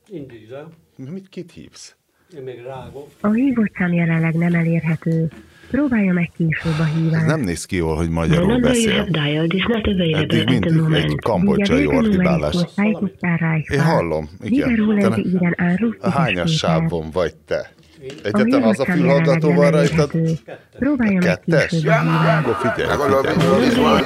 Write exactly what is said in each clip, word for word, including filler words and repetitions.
Indítsd el. Mit, kit hívsz? Én még rágok. A hívott szám jelenleg nem elérhető. Próbálja meg később a hívást. Ez nem néz ki jól, hogy magyarul beszél. Eddig mindig egy kambodzsai ordibálás. Én hallom, igen. A hányas sávon vagy te? Egyetlen az a fülhallgató van rajtad? Próbálja meg később a hívást. Akkor figyelj, figyelj.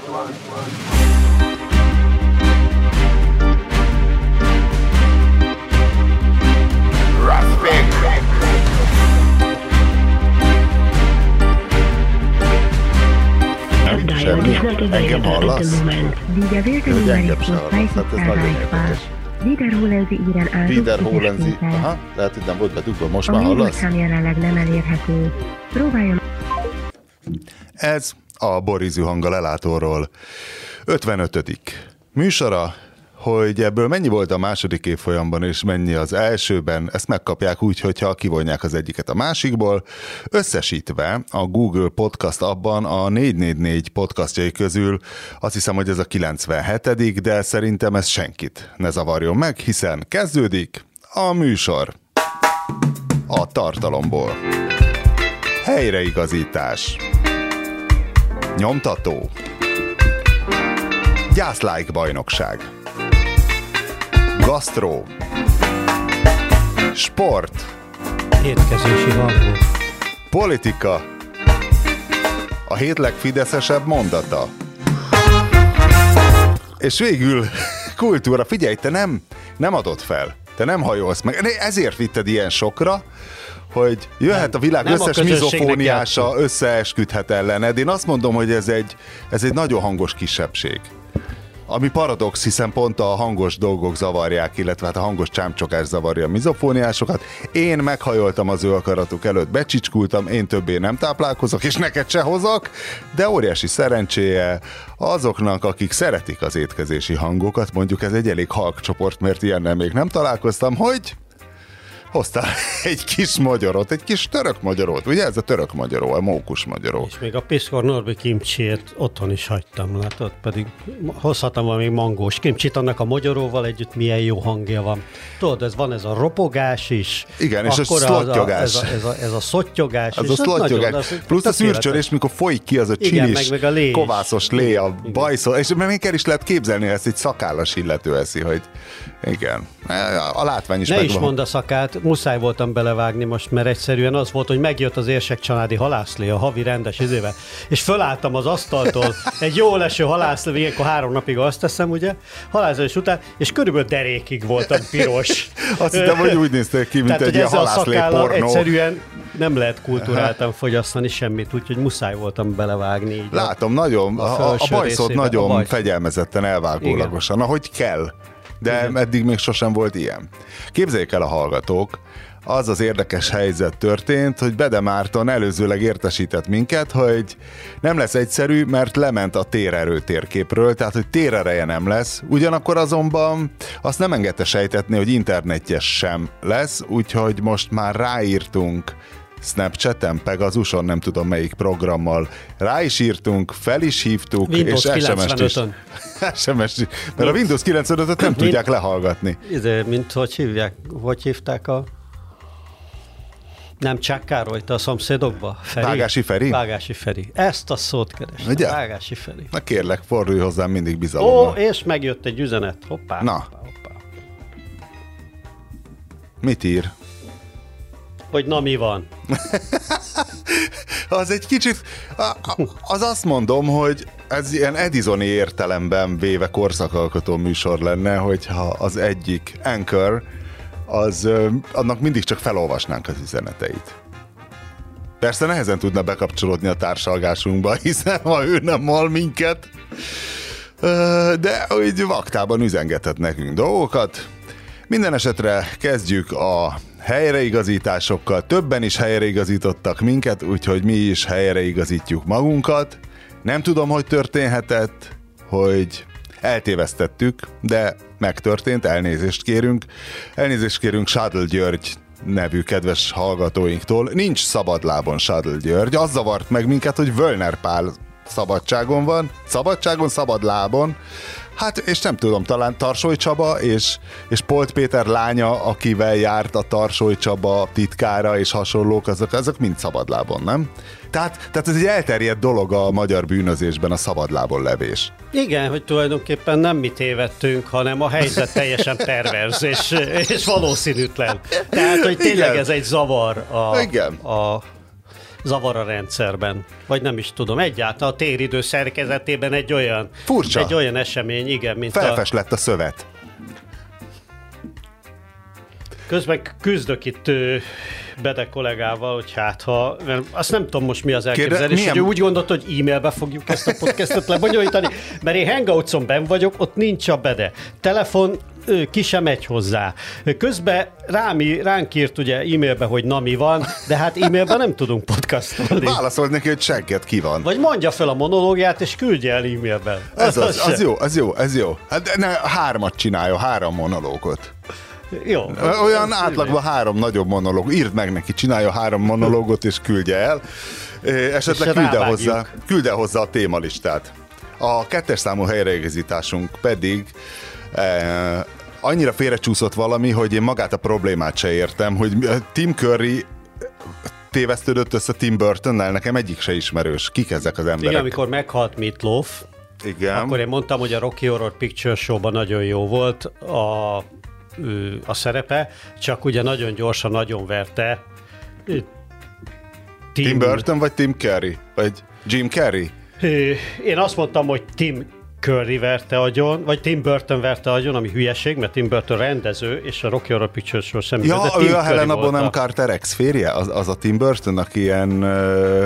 Semmi. Engem hallasz? Hogy engem se hallasz, hát ez nagyon érdekes. Wiederholen, aha, lehet, hogy nem volt bedugva, most már hallasz? A jelenleg nem elérhető. Próbálja. Ez a Borizű hang a lelátóról ötvenötödik műsora, hogy ebből mennyi volt a második évfolyamban, és mennyi az elsőben, ezt megkapják úgy, hogyha kivonják az egyiket a másikból. Összesítve a Google Podcast abban a négy négy négy podcastjai közül azt hiszem, hogy ez a kilencvenhetedik, de szerintem ez senkit ne zavarjon meg, hiszen kezdődik a műsor a tartalomból. Helyreigazítás. Nyomtató. Gyászlájk bajnokság. Gasztró. Sport. Étkezési hangok. Politika. A hét legfideszesebb mondata. És végül kultúra. Figyelj, te nem, nem adod fel. Te nem hajolsz meg. Ezért vitted ilyen sokra, hogy jöhet nem, a világ összes a mizofóniása, összeesküdhet ellened. Én azt mondom, hogy ez egy, ez egy nagyon hangos kisebbség. Ami paradox, hiszen pont a hangos dolgok zavarják, illetve hát a hangos csámcsokás zavarja a mizofóniásokat. Én meghajoltam az ő akaratuk előtt, becsicskultam, én többé nem táplálkozok, és neked se hozok, de óriási szerencséje azoknak, akik szeretik az étkezési hangokat, mondjuk ez egy elég halk csoport, mert ilyennel még nem találkoztam, hogy hoztál egy kis magyarót, egy kis török magyarót, ugye ez a török magyaró, a mókus magyaró. És még a Piszkor Norbi kimcsét otthon is hagytam, látod, pedig hozhatom valami mangós kimcsit, annak a magyaróval együtt milyen jó hangja van. Tudod, ez van ez a ropogás is. Igen, és a szlottyogás. Ez a, ez a, ez a szottyogás. Ez a szlottyogás. Plusz a szürcsölés, mikor folyik ki az a csilis, meg, meg a kovászos lé, a bajszol, és még el is lehet képzelni, hogy ezt egy szakállas illető eszi, hogy igen. A látvány is ne megvan. is mondd a szakát, muszáj voltam belevágni most, mert egyszerűen az volt, hogy megjött az Érsek családi halászlé a havi rendes izével, és fölálltam az asztaltól, egy jó leső halászlé, ilyenkor három napig azt teszem, ugye, halászlés után, és körülbelül derékig voltam piros. Azt hittem, hogy úgy nézte ki, mint tehát, egy ilyen halászlé pornó. Egyszerűen nem lehet kultúráltan fogyasztani semmit, úgyhogy muszáj voltam belevágni. Így Látom, nagyon, a, a, a bajszot nagyon a fegyelmezetten, elvágólagosan, igen, ahogy kell. De igen, eddig még sosem volt ilyen. Képzeljék el a hallgatók, az az érdekes helyzet történt, hogy Bede Márton előzőleg értesített minket, hogy nem lesz egyszerű, mert lement a térerő térképről, tehát hogy térereje nem lesz, ugyanakkor azonban azt nem engedte sejtetni, hogy internetjes sem lesz, úgyhogy most már ráírtunk Snapchaten, Pegasuson, nem tudom melyik programmal, rá is írtunk, fel is hívtuk, Windows és es em es-t is. es em es, mert a Windows kilencvenötöt nem tudják lehallgatni. Ide, mint hogy hívják, hogy hívták a... Nem Csák Károlyt a szomszédokba? Feri? Vágási Feri? Vágási Feri. Ezt a szót kerestem. Ugye? Vágási Feri. Na kérlek, fordulj hozzám mindig bizalommal. Ó, és megjött egy üzenet. Hoppá, na. Hoppá, hoppá. Mit ír? Hogy na mi van? Az egy kicsit, az azt mondom, hogy ez ilyen Edisoni értelemben véve korszakalkotó műsor lenne, hogyha az egyik anchor, az, annak mindig csak felolvasnánk az üzeneteit. Persze nehezen tudna bekapcsolódni a társalgásunkba, hiszen ha ő nem hall minket, de úgy vaktában üzengetett nekünk dolgokat. Minden esetre kezdjük a helyreigazításokkal. Többen is helyreigazítottak minket, úgyhogy mi is helyreigazítjuk magunkat. Nem tudom, hogy történhetett, hogy eltévesztettük, de megtörtént, elnézést kérünk. Elnézést kérünk Sádl György nevű kedves hallgatóinktól. Nincs szabadlábon Sádl György. Az zavart meg minket, hogy Völner Pál szabadságon van, szabadságon, szabad lábon. Hát, és nem tudom, talán Tarsoly Csaba és, és Polt Péter lánya, akivel járt a Tarsoly Csaba titkára és hasonlók, azok, azok mind szabadlábon, nem? Tehát, tehát ez egy elterjedt dolog a magyar bűnözésben, a szabadlábon levés. Igen, hogy tulajdonképpen nem mi tévedtünk, hanem a helyzet teljesen perverz és, és valószínűtlen. Tehát, hogy tényleg igen. Ez egy zavar a, igen. a zavar a rendszerben. Vagy nem is tudom, egyáltalán a téridő szerkezetében egy olyan, furcsa. Egy olyan esemény, igen, mint felfest a... lett a szövet. Közben küzdök itt Bede kollégával, hogy hát ha, mert azt nem tudom most mi az elképzelés, hogy úgy gondolt, hogy e-mailbe fogjuk ezt a podcastot lebonyolítani, mert én Hangoutson benn vagyok, ott nincs a Bede. Telefon ki sem megy hozzá. Közben rám, ránk írt ugye e-mailbe, hogy na mi van, de hát e-mailben nem tudunk podcastolni. Válaszolt neki, hogy segget ki van. Vagy mondja fel a monológiát, és küldje el e-mailben. Ez az, az, az jó, az jó, ez jó. Hát ne, hármat csinálja, három monológot. Jó. Olyan átlagban három nagyobb monológ. Írd meg neki, csinálja három monológot, és küldje el. Esetleg küldje hozzá, küldje hozzá a témalistát. A kettes számú helyreigazításunk pedig eh, annyira félrecsúszott valami, hogy én magát a problémát se értem, hogy Tim Curry tévesztődött össze Tim Burtonnel, nekem egyik se ismerős. Kik ezek az emberek? Igen, amikor meghalt Meat Loaf, igen. Akkor én mondtam, hogy a Rocky Horror Picture Show-ban nagyon jó volt a, a szerepe, csak ugye nagyon gyorsan, nagyon verte. Tim, Tim Burton vagy Tim Curry? Vagy Jim Carrey? Én azt mondtam, hogy Tim Curry verte agyon, vagy Tim Burton verte agyon, ami hülyeség, mert Tim Burton rendező, és a Rocky Horror Picture Show semmi. Ja, ő Tim a Helena Bonham a... Carter ex-férje? Az, az a Tim Burton, aki ilyen uh,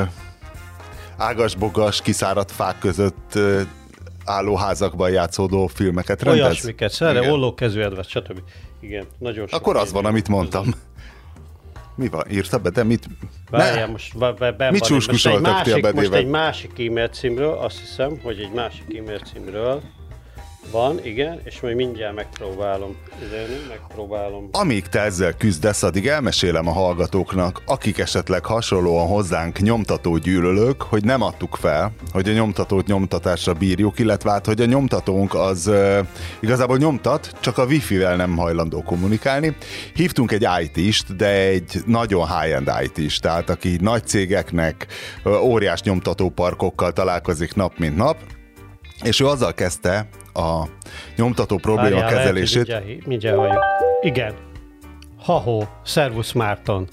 ágas-bogas, kiszáradt fák között uh, álló házakban játszódó filmeket rendez? Olyasmiket, szerre, ollókezű Edward, stb. Igen, nagyon sok. Akkor az van, amit mondtam. Mi van? Írta be, de mit? Várjál, most benn mit csúskusoltak ti a bedében? Most egy másik e-mail címről, azt hiszem, hogy egy másik e-mail címről van, igen, és majd mindjárt megpróbálom üzenni, megpróbálom. Amíg te ezzel küzdesz, addig elmesélem a hallgatóknak, akik esetleg hasonlóan hozzánk nyomtató gyűlölők, hogy nem adtuk fel, hogy a nyomtatót nyomtatásra bírjuk, illetve hát, hogy a nyomtatónk az uh, igazából nyomtat, csak a wifi-vel nem hajlandó kommunikálni. Hívtunk egy í té-st, de egy nagyon high-end í té-st, tehát aki nagy cégeknek uh, óriás nyomtatóparkokkal találkozik nap mint nap, és ő azzal kezdte a nyomtató probléma Várjál, kezelését. Lehet, mindjárt, mindjárt halljuk. Igen. Ha-ho, szervusz Márton.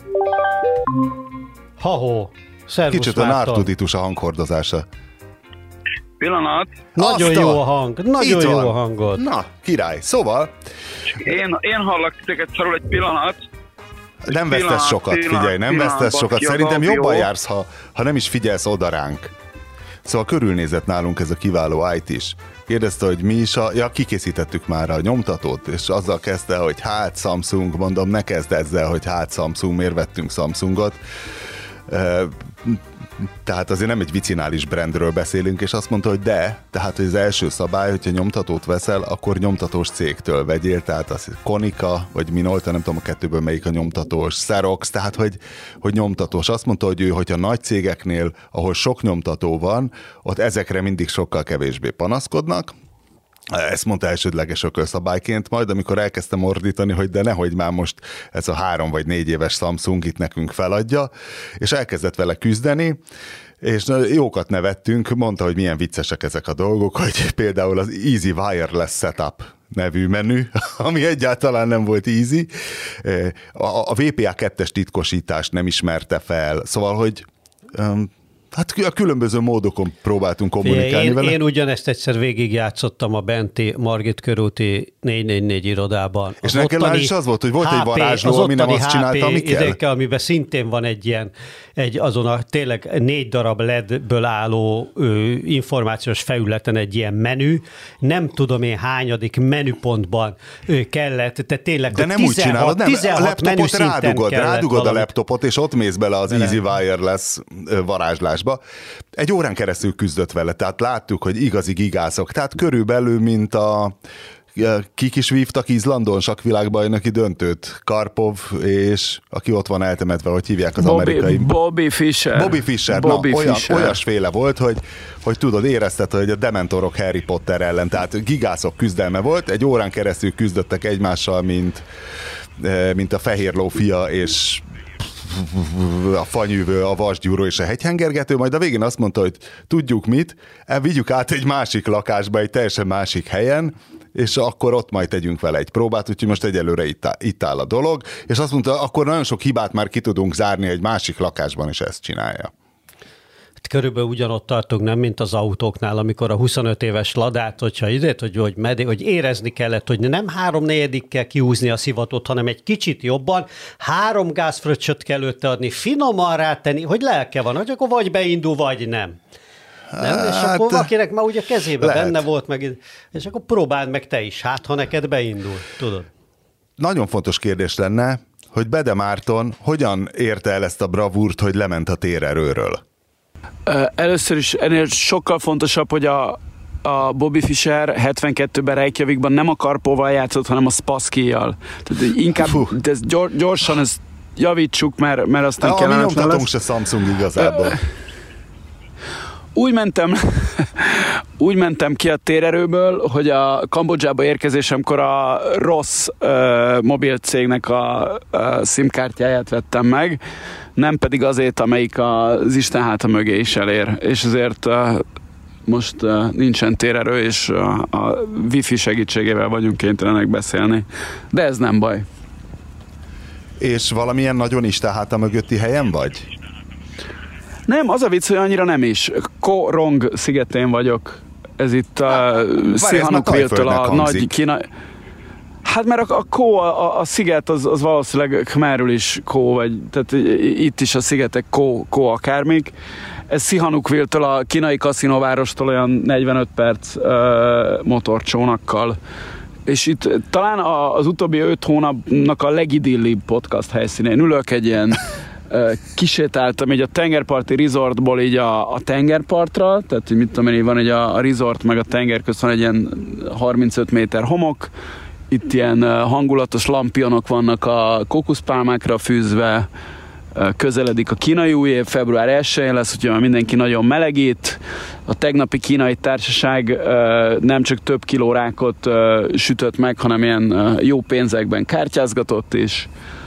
Ha-ho, szervusz Kicsit Márton. a nártuditus a hanghordozása. Pillanat. Nagyon Azt jó a... a hang, nagyon jó a hangod. Na, király. Szóval... Én, én hallak titeket szarul egy pillanat. Egy nem pillanat, vesztesz sokat, pillanat, figyelj, nem pillanat, vesztesz sokat. Szerintem jobban jársz, ha, ha nem is figyelsz oda ránk. Szóval körülnézett nálunk ez a kiváló í té-s. Kérdezte, hogy mi is a... Ja, kikészítettük már a nyomtatót, és azzal kezdte, hogy hát Samsung, mondom, ne kezd ezzel, hogy hát Samsung, miért vettünk Samsungot. E, tehát azért nem egy vicinális brandről beszélünk, és azt mondta, hogy de, tehát hogy az első szabály, hogyha nyomtatót veszel, akkor nyomtatós cégtől vegyél, tehát az Konica, vagy Minolta, nem tudom a kettőből melyik a nyomtatós, Xerox, tehát hogy, hogy nyomtatós. Azt mondta, hogy ő, hogyha nagy cégeknél, ahol sok nyomtató van, ott ezekre mindig sokkal kevésbé panaszkodnak. Ezt mondta elsődleges ökölszabályként, majd amikor elkezdtem ordítani, hogy de nehogy már most ez a három vagy négy éves Samsung itt nekünk feladja, és elkezdett vele küzdeni, és jókat nevettünk, mondta, hogy milyen viccesek ezek a dolgok, hogy például az Easy Wireless Setup nevű menü, ami egyáltalán nem volt easy, a vé pé á kettes titkosítást nem ismerte fel, szóval, hogy... Um, Hát a különböző módokon próbáltunk kommunikálni én, vele. Én ugyanezt egyszer végigjátszottam a benti Margit körúti négy négy négy irodában. És neked is az volt, hogy volt há pé, egy varázsló, ami nem azt csinálta, ami kell? Idékkel, amiben szintén van egy ilyen, egy azon a tényleg négy darab el é dé-ből álló ö, információs felületen egy ilyen menü. Nem tudom én hányadik menüpontban ö, kellett, tehát tényleg de nem úgy csinálod, nem, a laptopot rádugod, rádugod a laptopot, és ott mész bele az Easy Wireless varázslás. Egy órán keresztül küzdött vele, tehát láttuk, hogy igazi gigázok. Tehát körülbelül, mint a kik is vívtak Izlandon sakvilágbajnoki döntőt? Karpov, és aki ott van eltemetve, hogy hívják az Bobby, amerikai... Bobby Fischer. Bobby Fischer, Bobby na, olyan, Fischer. olyasféle volt, hogy, hogy tudod, érezted, hogy a dementorok Harry Potter ellen, tehát gigászok küzdelme volt, egy órán keresztül küzdöttek egymással, mint, mint a Fehér Ló fia, és a fanyűvő, a vasgyúró és a hegyhengergető, majd a végén azt mondta, hogy tudjuk mit, vigyük át egy másik lakásba, egy teljesen másik helyen, és akkor ott majd tegyünk vele egy próbát, úgyhogy most egyelőre itt áll, itt áll a dolog, és azt mondta, akkor nagyon sok hibát már ki tudunk zárni, egy másik lakásban is ezt csinálja. Körülbelül ugyanott tartunk, nem, mint az autóknál, amikor a huszonöt éves Ladát, hogyha idét, hogy, hogy, medé, hogy érezni kellett, hogy nem háromnegyedik kell kiúzni a szivatot, hanem egy kicsit jobban, három gázfröccsöt kell előtte adni, finoman rátenni, hogy lelke van, hogy akkor vagy beindul, vagy nem. Nem? És Hát, akkor valakinek már ugye kezében lehet. benne volt, meg, és akkor próbáld meg te is, hát ha neked beindul, tudod. Nagyon fontos kérdés lenne, hogy Bede Márton hogyan érte el ezt a bravúrt, hogy lement a térerőről? Először is ennél sokkal fontosabb, hogy a, a Bobby Fischer hetvenkettőben Reykjavikban nem a Karpovval játszott, hanem a Spasskyjal. Tehát inkább ez gyors, gyorsan ezt javítsuk, mert, mert aztán kellene. A mi kellemetlen nyomtatónk lesz. se Samsung igazából. Úgy mentem, úgy mentem ki a térerőből, hogy a Kambodzsába érkezésemkor a rossz uh, mobilcégnek a uh, SIM-kártyáját vettem meg, nem pedig azért, amelyik az Isten háta mögé is elér. És ezért uh, most uh, nincsen térerő, és uh, a Wi-Fi segítségével vagyunk kénytelenek beszélni. De ez nem baj. És valamilyen nagyon Isten háta mögötti helyen vagy? Nem, az a vicc, hogy annyira nem is. Koh Rong szigetén vagyok. Ez itt a Sihanoukville-től a nagy Kína... Hát mert a, a Kó, a, a sziget az, az valószínűleg Khmerül is Kó, vagy tehát itt is a szigetek Kó, Kó akármik. Ez Sihanoukville-től a kínai kaszinóvárostól olyan negyvenöt perc uh, motorcsónakkal. És itt talán a, az utóbbi öt hónapnak a legidillibb podcast helyszínén ülök, egy ilyen uh, kisétáltam így a tengerparti resortból így a, a tengerpartra, tehát mit tudom én, van egy a, a resort meg a tenger közt van egy ilyen harmincöt méter homok, itt ilyen hangulatos lampionok vannak a kókuszpálmákra fűzve, közeledik a kínai új év, február elsején lesz, úgyhogy már mindenki nagyon melegít. A tegnapi kínai társaság nem csak több kiló rákot sütött meg, hanem ilyen jó pénzekben kártyázgatott is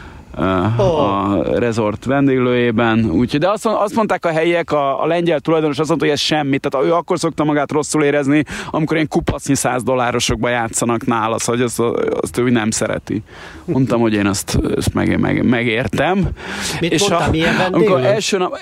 a resort vendéglőjében. Úgyhogy, de azt, azt mondták a helyiek, a, a lengyel tulajdonos azt mondta, hogy ez semmi. Tehát ő akkor szokta magát rosszul érezni, amikor ilyen kupacnyi száz dollárosokba játszanak nála, szóval azt, azt ő nem szereti. Mondtam, hogy én azt, ezt meg, meg, megértem. Mit és mondtam, a, milyen vendéglő? amikor első nap...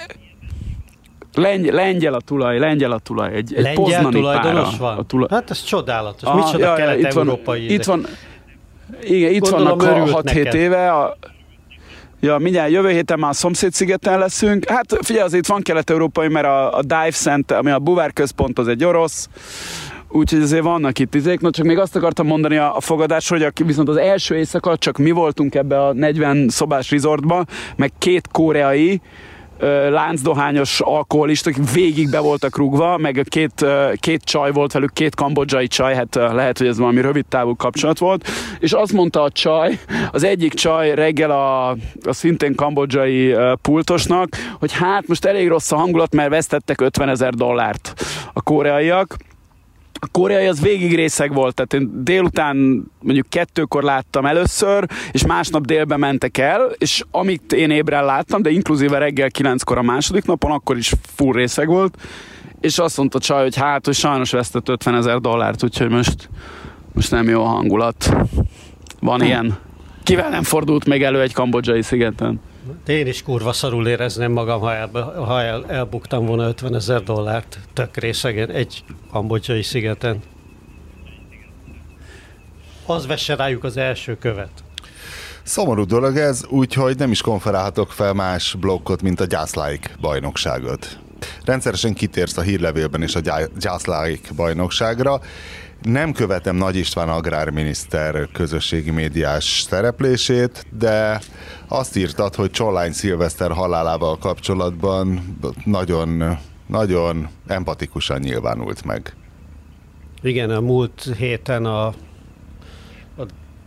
Lengy, lengyel a tulaj, lengyel a tulaj. Egy, egy lengyel poznani tulajdonos pára. van? A tulaj... Hát ez csodálatos. Ah, Micsoda ja, kelet-európai. Itt van, itt van, igen, itt Gondolom, vannak örült hat-hét neked. éve. A, ja, mindjárt jövő héten már a szomszédszigeten leszünk. Hát figyelj, azért van kelet-európai, mert a, a Dive Center, ami a Buvár központ, az egy orosz. Úgyhogy azért vannak itt izék. No, csak még azt akartam mondani a, a fogadásról, hogy a, viszont az első éjszaka csak mi voltunk ebbe a negyven szobás resortba, meg két koreai, láncdohányos alkoholisták végig be voltak rúgva, meg két, két csaj volt velük, két kambodzsai csaj, hát lehet, hogy ez valami rövid távú kapcsolat volt, és azt mondta a csaj, az egyik csaj reggel a, a szintén kambodzsai pultosnak, hogy hát most elég rossz a hangulat, mert vesztettek ötvenezer dollárt a koreaiak. A koreai az végig részeg volt, tehát én délután mondjuk kettőkor láttam először, és másnap délben mentek el, és amit én ébren láttam, de inkluzíve reggel kilenckor a második napon, akkor is full részeg volt, és azt mondta a csaj, hogy hát, hogy sajnos vesztett ötvenezer dollárt, úgyhogy most, most nem jó a hangulat. Van hm. ilyen. Kivel nem fordult még elő egy kambodzsai szigeten? Én is kurva szarul érezném magam, ha, el, ha el, elbuktam volna ötvenezer dollárt tök részegen egy kambodzsai szigeten. Az vesse rájuk az első követ. Szomorú dolog ez, úgyhogy nem is konferálhatok fel más blokkot, mint a Gyászláik bajnokságot. Rendszeresen kitérsz a hírlevélben is a Gyászláik bajnokságra. Nem követem Nagy István agrárminiszter közösségi médiás szereplését, de azt írtad, hogy Csollány Szilveszter halálával kapcsolatban nagyon, nagyon empatikusan nyilvánult meg. Igen, a múlt héten a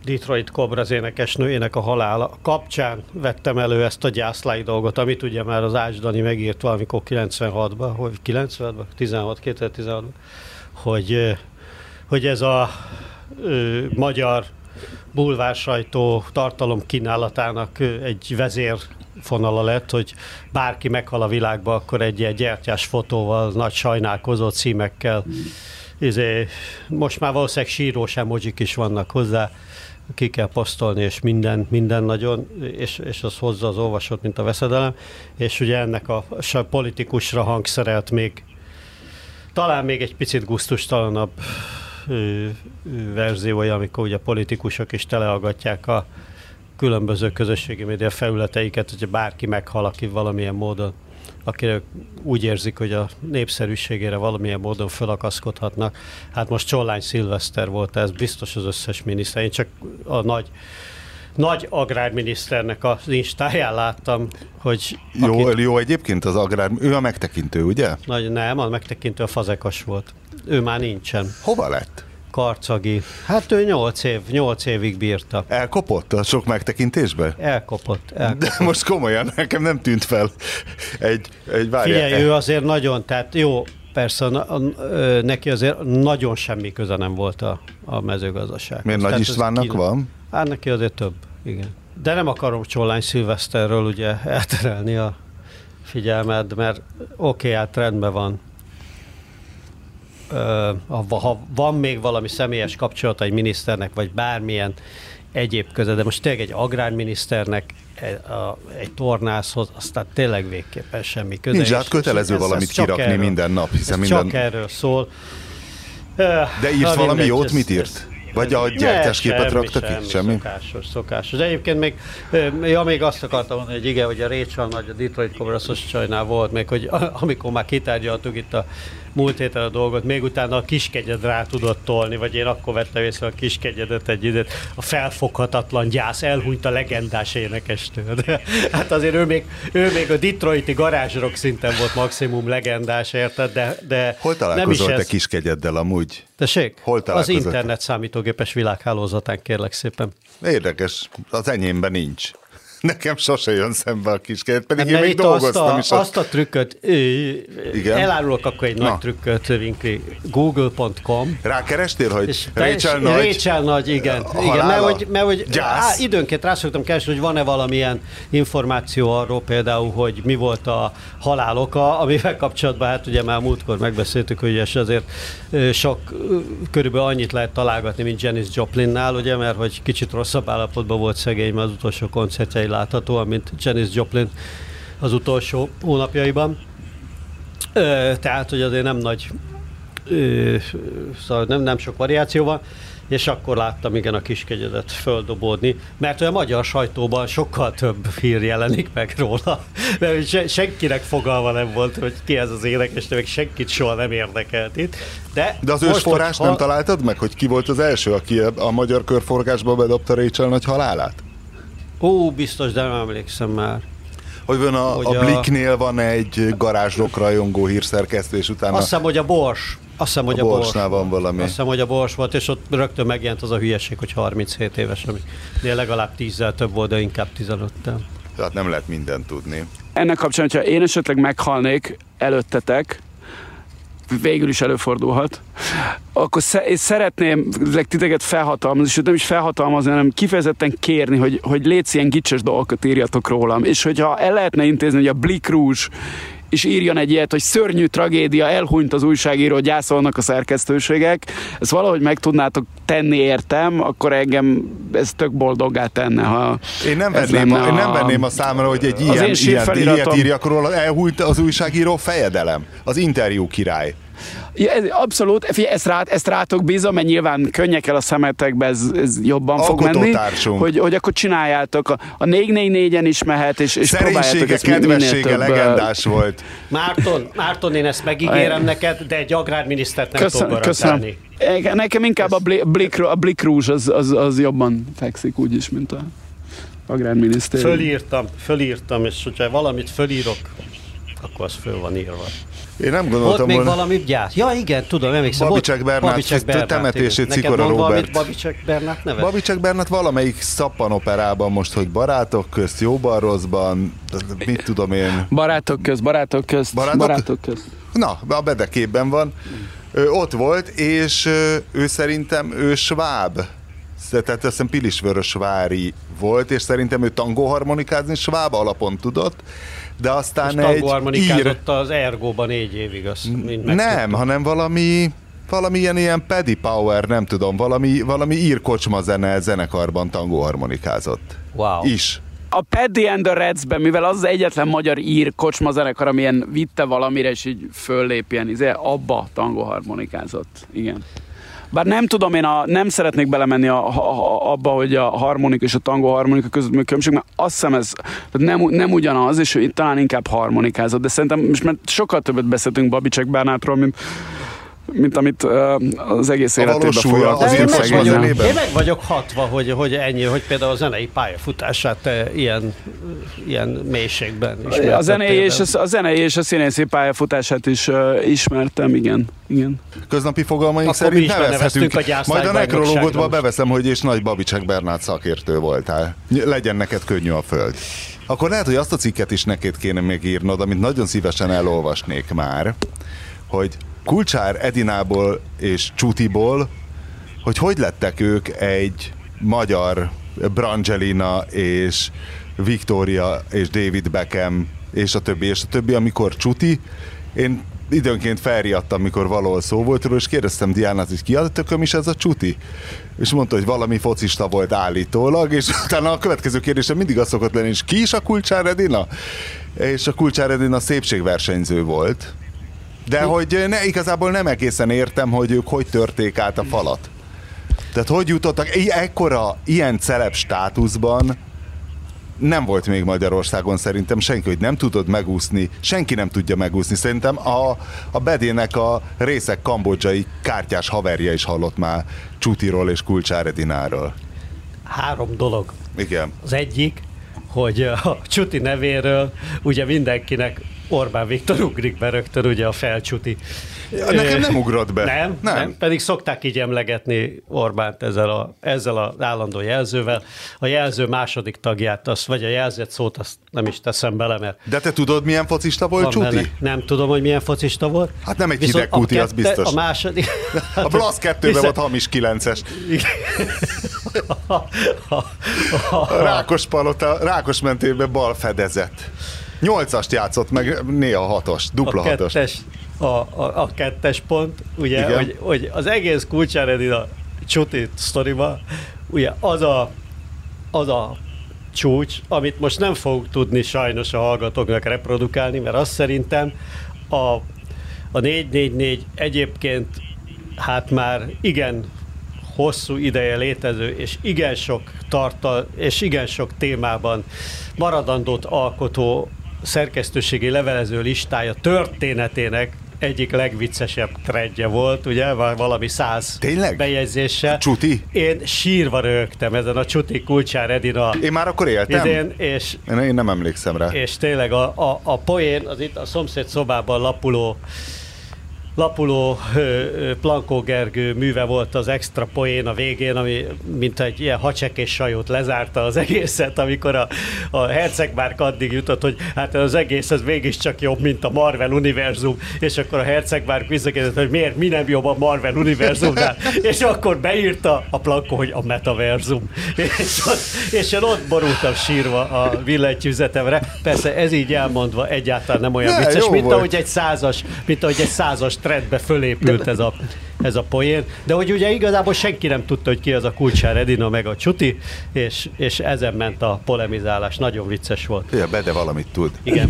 Detroit Cobra énekesnőjének a halála kapcsán vettem elő ezt a gyászlái dolgot, amit ugye már az Ács Dani megírt valamikor kilencvenhatban, hogy kilencvenhatban, tizenhat, kétezer-tizenhatban, hogy, hogy ez a ö, magyar bulvársajtó tartalom kínálatának egy vezérfonala lett, hogy bárki meghal a világba, akkor egy ilyen gyertyás fotóval, nagy sajnálkozó címekkel. Izé, most már valószínűleg sírós emojik is vannak hozzá, ki kell posztolni, és minden, minden nagyon, és, és az hozza az olvasót, mint a veszedelem, és ugye ennek a, a politikusra hangszerelt még, talán még egy picit gusztustalanabb verziója, amikor ugye politikusok is teleaggatják a különböző közösségi média felületeiket, hogyha bárki meghal, aki valamilyen módon, akire úgy érzik, hogy a népszerűségére valamilyen módon felakaszkodhatnak. Hát most Csollány Szilveszter volt ez, biztos az összes miniszter. Én csak a nagy, nagy agrárminiszternek az instáján láttam, hogy... Jó, akit, jó egyébként az agrár... Ő a megtekintő, ugye? Nagy, nem, a megtekintő a Fazekas volt. Ő már nincsen. Hova lett? Karcagi. Hát ő nyolc év, nyolc évig bírta. Elkopott a sok megtekintésbe? Elkopott, elkopott. De most komolyan, nekem nem tűnt fel egy, egy várjál. Figyelj, ő azért nagyon, tehát jó, persze na, a, ö, neki azért nagyon semmi köze nem volt a, a mezőgazdasághoz. Miért Nagy Istvánnak van? Hát neki azért több, igen. De nem akarom Csollány Szilveszterről ugye elterelni a figyelmet, mert oké, okay, hát rendben van. Ö, ha van még valami személyes kapcsolata egy miniszternek, vagy bármilyen egyéb köze, de most tényleg egy agrárminiszternek egy, a, egy tornászhoz, aztán tényleg végképpen semmi köze. Nincs, hát kötelező ez, valamit ez kirakni erről, minden nap, hiszen minden... csak erről szól. De írt valami mindegy, jót, mit írt? Vagy a gyertyásképet rakta ki? Semmi, semmi? Szokásos, szokásos. De egyébként még, ja, még azt akartam mondani, hogy igen, hogy a Rachel Nagy, a Detroit Cobra Csajnál volt még, hogy amikor már kitárgyaltuk itt a múlt héten a dolgot, még utána a Kiskegyed rá tudott tolni, vagy én akkor vettem észre a Kiskegyedet egy időt, a felfoghatatlan gyász, elhunyt a legendás énekestől. De, hát azért ő még, ő még a detroiti garázsrock szinten volt maximum legendás, érted? De, de hol találkozol te Kiskegyeddel amúgy? Tessék? Hol az internet számítógépes világhálózatán, kérlek szépen. Érdekes, az enyémben nincs. Nekem sose jön szembe a Kiskegyed, pedig én még dolgoztam azt a, is. A... Azt a trükköt, igen? Elárulok akkor egy Na. nagy trükköt, Vinkli, google pont com. Rákerestél, hogy Rachel Nagy? Rachel Nagy, igen. igen mert hogy, mert, hogy á, időnként rá szoktam keresni, hogy van-e valamilyen információ arról például, hogy mi volt a halál oka, amivel kapcsolatban, hát ugye már múltkor megbeszéltük, hogy és azért sok, körülbelül annyit lehet találgatni, mint Janis Joplinnál, ugye, mert hogy kicsit rosszabb állapotban volt szegény, mert az utolsó koncertjei láthatóan, mint Janis Joplin az utolsó hónapjaiban. Ö, tehát, hogy azért nem nagy, ö, szóval nem, nem sok variáció van, és akkor láttam igen a Kiskegyedet földobódni, mert olyan magyar sajtóban sokkal több hír jelenik meg róla, mert se, senkinek fogalma nem volt, hogy ki ez az énekes, meg senkit soha nem érdekelt itt. De, De az ősforrást ha... nem találtad meg, hogy ki volt az első, aki a magyar körforgásba bedobta Rachel Nagy halálát? Ó, biztos, de nem emlékszem már. Hogy van a, a Blicknél van egy garázsrock rajongó hírszerkesztő, és utána... Azt hiszem, hogy a Bors. Azt hiszem, hogy a, a Borsnál van valami. Azt hiszem, hogy a Bors volt, és ott rögtön megjelent az a hülyeség, hogy harminchét éves, aminél legalább tízzel több volt, de inkább tizenöttel. Tehát nem lehet mindent tudni. Ennek kapcsán, hogyha én esetleg meghalnék előttetek, végül is előfordulhat, akkor sze- én szeretném titeket felhatalmazni, és nem is felhatalmazni, hanem kifejezetten kérni, hogy, hogy létsz ilyen gicses dolgokat írjatok rólam, és hogyha el lehetne intézni, hogy a Blick Rouge és írjon egy ilyet, hogy szörnyű tragédia, elhunyt az újságíró, gyászolnak a szerkesztőségek, ezt valahogy meg tudnátok tenni, értem, akkor engem ez tök boldoggá tenne, ha én nem venném, a, a, én nem venném a számra, hogy egy ilyen, ilyen ilyet írjak róla, elhunyt az újságíró fejedelem, az interjú király. Ja, ez, abszolút, ezt, rá, ezt rátok bízom, mert nyilván könnyekkel a szemetekbe ez, ez jobban fog menni, hogy, hogy akkor csináljátok. A, a négy négy négyen is mehet, és, és próbáljátok ezt kedvessége több, legendás volt. Márton, Márton, én ezt megígérem neked, de egy agrárminisztert nem köszön, tudok garantálni. Nekem inkább a Blick, a Blick Rouge az, az, az jobban fekszik úgyis, mint a agrárminisztérium. Fölírtam, fölírtam, és hogyha valamit fölírok, akkor az föl van írva. Én nem gondoltam volt még volna. valami gyász. Ja, igen, tudom, emlékszem. Babicek Bernát, temetését Szikora Róbert. Babicek Bernát neve? Babicek Bernát valamelyik szappanoperában most, hogy barátok közt, jóban, rosszban, mit tudom én. Barátok közt, barátok közt, barátok, barátok közt. Na, a bedekében van. Ő ott volt, és ő szerintem ő sváb. Tehát azt hiszem Pilisvörösvári volt, és szerintem ő tangóharmonikázni sváb alapon tudott, de aztán most egy tangóharmonikázott az Ergóban négy évig, azt nem, hanem valami valami ilyen, ilyen Paddy Power, nem tudom, valami, valami ír kocsma zene, zenekarban tangóharmonikázott. Wow. Is. A Paddy and the Reds-ben, mivel az az egyetlen magyar ír kocsma zenekar, amilyen vitte valamire, és így föllép ilyen, izé, abba tangóharmonikázott. Igen. Bár nem tudom, én a, nem szeretnék belemenni a, a, abba, hogy a harmonika és a tangó harmonika között mi különbség, mert azt hiszem ez nem, nem ugyanaz, és ő talán inkább harmonikázott, de szerintem most már sokkal többet beszéltünk Babicek Bernátról, mint mint amit uh, az egész életében folyamatosan. Én, én meg vagyok hatva, hogy, hogy ennyi, hogy például a zenei pályafutását te ilyen, ilyen mélységben ismertettél. A zenei és a, a, zenei és a színészi pályafutását is uh, ismertem, igen. igen. Köznapi fogalmaink akkor szerint nevezhetünk. A Majd a nekrológotba beveszem, hogy és nagy Babicek Bernát szakértő voltál. Legyen neked könnyű a föld. Akkor lehet, hogy azt a cikket is neked kéne még írnod, amit nagyon szívesen elolvasnék már, hogy Kulcsár Edinából és Csutiból, hogy hogy lettek ők egy magyar Brangelina és Victoria és David Beckham és a többi, és a többi, amikor Csuti, én időnként felriadtam, mikor valahol szó volt róla, és kérdeztem Diánát, hogy ki a tököm is ez a Csuti? És mondta, hogy valami focista volt állítólag, és utána a következő kérdésem mindig az szokott lenni, és ki is a Kulcsár Edina? És a Kulcsár Edina szépségversenyző volt. De hogy ne, igazából nem egészen értem, hogy ők hogy törték át a falat. Tehát hogy jutottak, ekkora, ilyen celeb státuszban nem volt még Magyarországon szerintem senki, hogy nem tudod megúszni, senki nem tudja megúszni. Szerintem a, a Bedének a részek kambodzsai kártyás haverja is hallott már Csutiról és Kulcsár Edináról. Három dolog. Igen. Az egyik, hogy a Csuti nevéről ugye mindenkinek Orbán Viktor ugrik be rögtön, ugye a felcsuti. Nekem nem ugrott be. Nem, nem, nem. Pedig szokták így emlegetni Orbánt ezzel, a, ezzel az állandó jelzővel. A jelző második tagját, azt, vagy a jelzett szót, azt nem is teszem bele, mert... De te tudod, milyen focista volt Csuti? Benne. Nem tudom, hogy milyen focista volt. Hát nem egy hideg kuti, az biztos. A második... A Blasz kettőben Viszont... volt hamis kilences. A Rákos palota, Rákos mentében bal fedezet. Nyolcast játszott, meg néha hatos, dupla a hatos. Kettes, a, a, a kettes pont, ugye, hogy, hogy az egész Kulcsár Edina Csuti sztoriba, ugye az a, az a csúcs, amit most nem fogunk tudni sajnos a hallgatóknak reprodukálni, mert azt szerintem a, a négy négy négy egyébként hát már igen hosszú ideje létező, és igen sok tartal, és igen sok témában maradandót alkotó szerkesztőségi levelező listája történetének egyik legviccesebb trendje volt, ugye, valami száz Tényleg? bejegyzéssel. Csuti? Én sírva rögtem ezen a Csuti Kulcsár Edina. Én már akkor éltem? Idén, és, én nem emlékszem rá. És tényleg a, a, a poén, az itt a szomszéd szobában lapuló lapuló Plankó Gergő műve volt az extra poén a végén, ami mint egy ilyen hacsek és sajót lezárta az egészet, amikor a, a Hercegbárk addig jutott, hogy hát az egész ez mégiscsak jobb, mint a Marvel univerzum, és akkor a Hercegbárk visszakérdezett, hogy miért, mi nem jobb a Marvel univerzumnál, és akkor beírta a Plankó, hogy a metaverzum. És, ott, és én ott borultam sírva a billentyűzetemre. Persze ez így elmondva egyáltalán nem olyan ne, vicces, mint volt. ahogy egy százas, mint ahogy egy százas trendbe fölépült ez a, ez a poén, de hogy ugye igazából senki nem tudta, hogy ki az a Kulcsár Edina meg a Csuti, és, és ezen ment a polemizálás. Nagyon vicces volt. Ja, Bede valamit tud. Igen.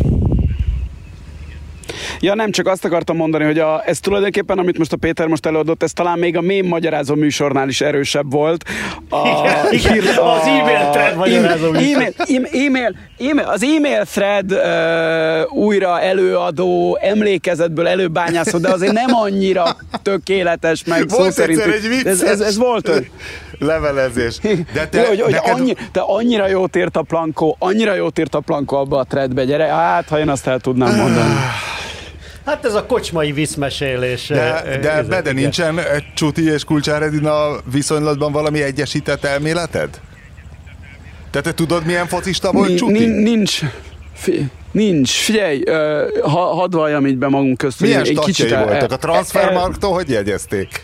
Ja, nem, csak azt akartam mondani, hogy a, ez tulajdonképpen, amit most a Péter most előadott, ez talán még a mém magyarázó műsornál is erősebb volt. A, igen, igen, a, az e-mail thread magyarázó műsor. E-mail, e-mail, e-mail, az e-mail thread uh, újra előadó, emlékezetből előbányászó, de azért nem annyira tökéletes, meg volt szó szerint. Egy vicces ez, ez, ez volt hogy... levelezés. De te, jó, hogy, hogy neked... annyi, te annyira jót írt a Plankó, annyira jót írt a Plankó abba a threadbe, gyere, hát ha én azt el tudnám mondani. Hát ez a kocsmai viszmesélés. De, de Bede, nincsen Csuti és Kulcsár Edina viszonylatban valami egyesített elméleted? Te, te tudod, milyen focista volt Csuti? Nincs. Nincs. Figyelj, ha, hadd valljam így be magunk közt. Milyen statjai voltak? A Transfermarktól hogy jegyezték?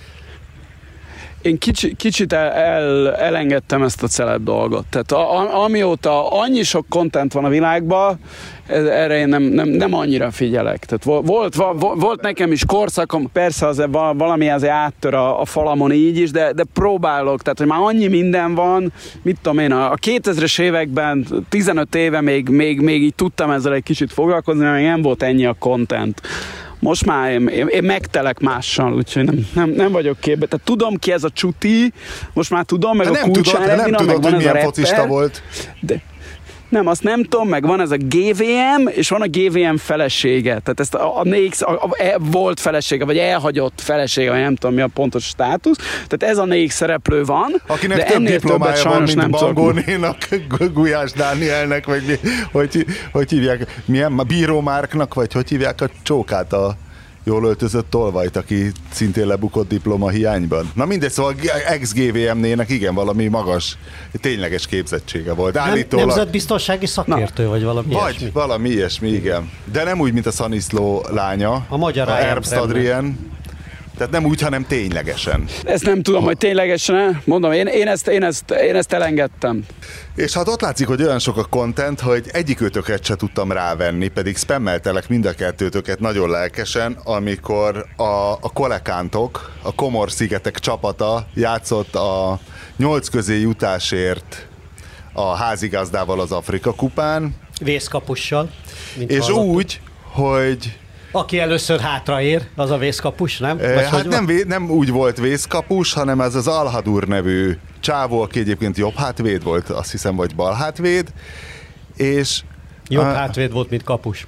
Én kicsi, kicsit el, el, elengedtem ezt a celeb dolgot. Tehát a, a, amióta annyi sok content van a világban, ez, erre én nem, nem, nem annyira figyelek. Tehát volt, volt, volt nekem is korszakom, persze azért valami azért áttör a, a falamon így is, de, de próbálok. Tehát, hogy már annyi minden van, mit tudom én, a, a kétezres években, tizenöt éve még, még, még így tudtam ezzel egy kicsit foglalkozni, mert nem volt ennyi a content. Most már én, én, én megtelek mással, úgyhogy nem, nem, nem vagyok képbe. Tehát tudom ki ez a Csuti, most már tudom, meg de a Kulcsár Edina, nem tudod, meg van hogy ez milyen a focista volt. De, nem, azt nem tudom, meg van ez a gé vé em, és van a gé vé em felesége. Tehát ezt a, a, a, a, a volt felesége, vagy elhagyott felesége, vagy nem tudom mi a pontos státusz. Tehát ez a négy szereplő van. Akinek de több ennél diplomája van, mint Bangónénak, Gulyás Dánielnek, vagy mi, hogy, hogy hívják, milyen, Bíró Márknak, vagy hogy hívják a csókát, a jól öltözött tolvajt, aki szintén lebukott diploma hiányban. Na mindegy, szóval ex-gé vé em-nének igen, valami magas, tényleges képzettsége volt. Állítólag... Nem, nemzetbiztonsági szakértő, Na. vagy valami vagy ilyesmi. valami ilyesmi, igen. De nem úgy, mint a Szaniszló lánya, a magyar a Ernst Adrien. Tehát nem úgy, hanem ténylegesen. Ezt nem tudom, ha. hogy ténylegesen, mondom, én, én, ezt, én, ezt, én ezt elengedtem. És hát ott látszik, hogy olyan sok a content, hogy egyikőtöket se tudtam rávenni, pedig spammeltelek mind a kettőtöket nagyon lelkesen, amikor a, a kolekántok, a Komor-szigetek csapata játszott a nyolc közé jutásért a házigazdával az Afrika kupán. Vészkapussal. És hallottuk. Úgy, hogy... Aki először hátraér, az a vészkapus, nem? Vagy hát nem, vé, nem úgy volt vészkapus, hanem ez az Al-Hadur nevű csávó, aki egyébként jobb hátvéd volt, azt hiszem, vagy bal hátvéd, és... Jobb uh, hátvéd volt, mint kapus.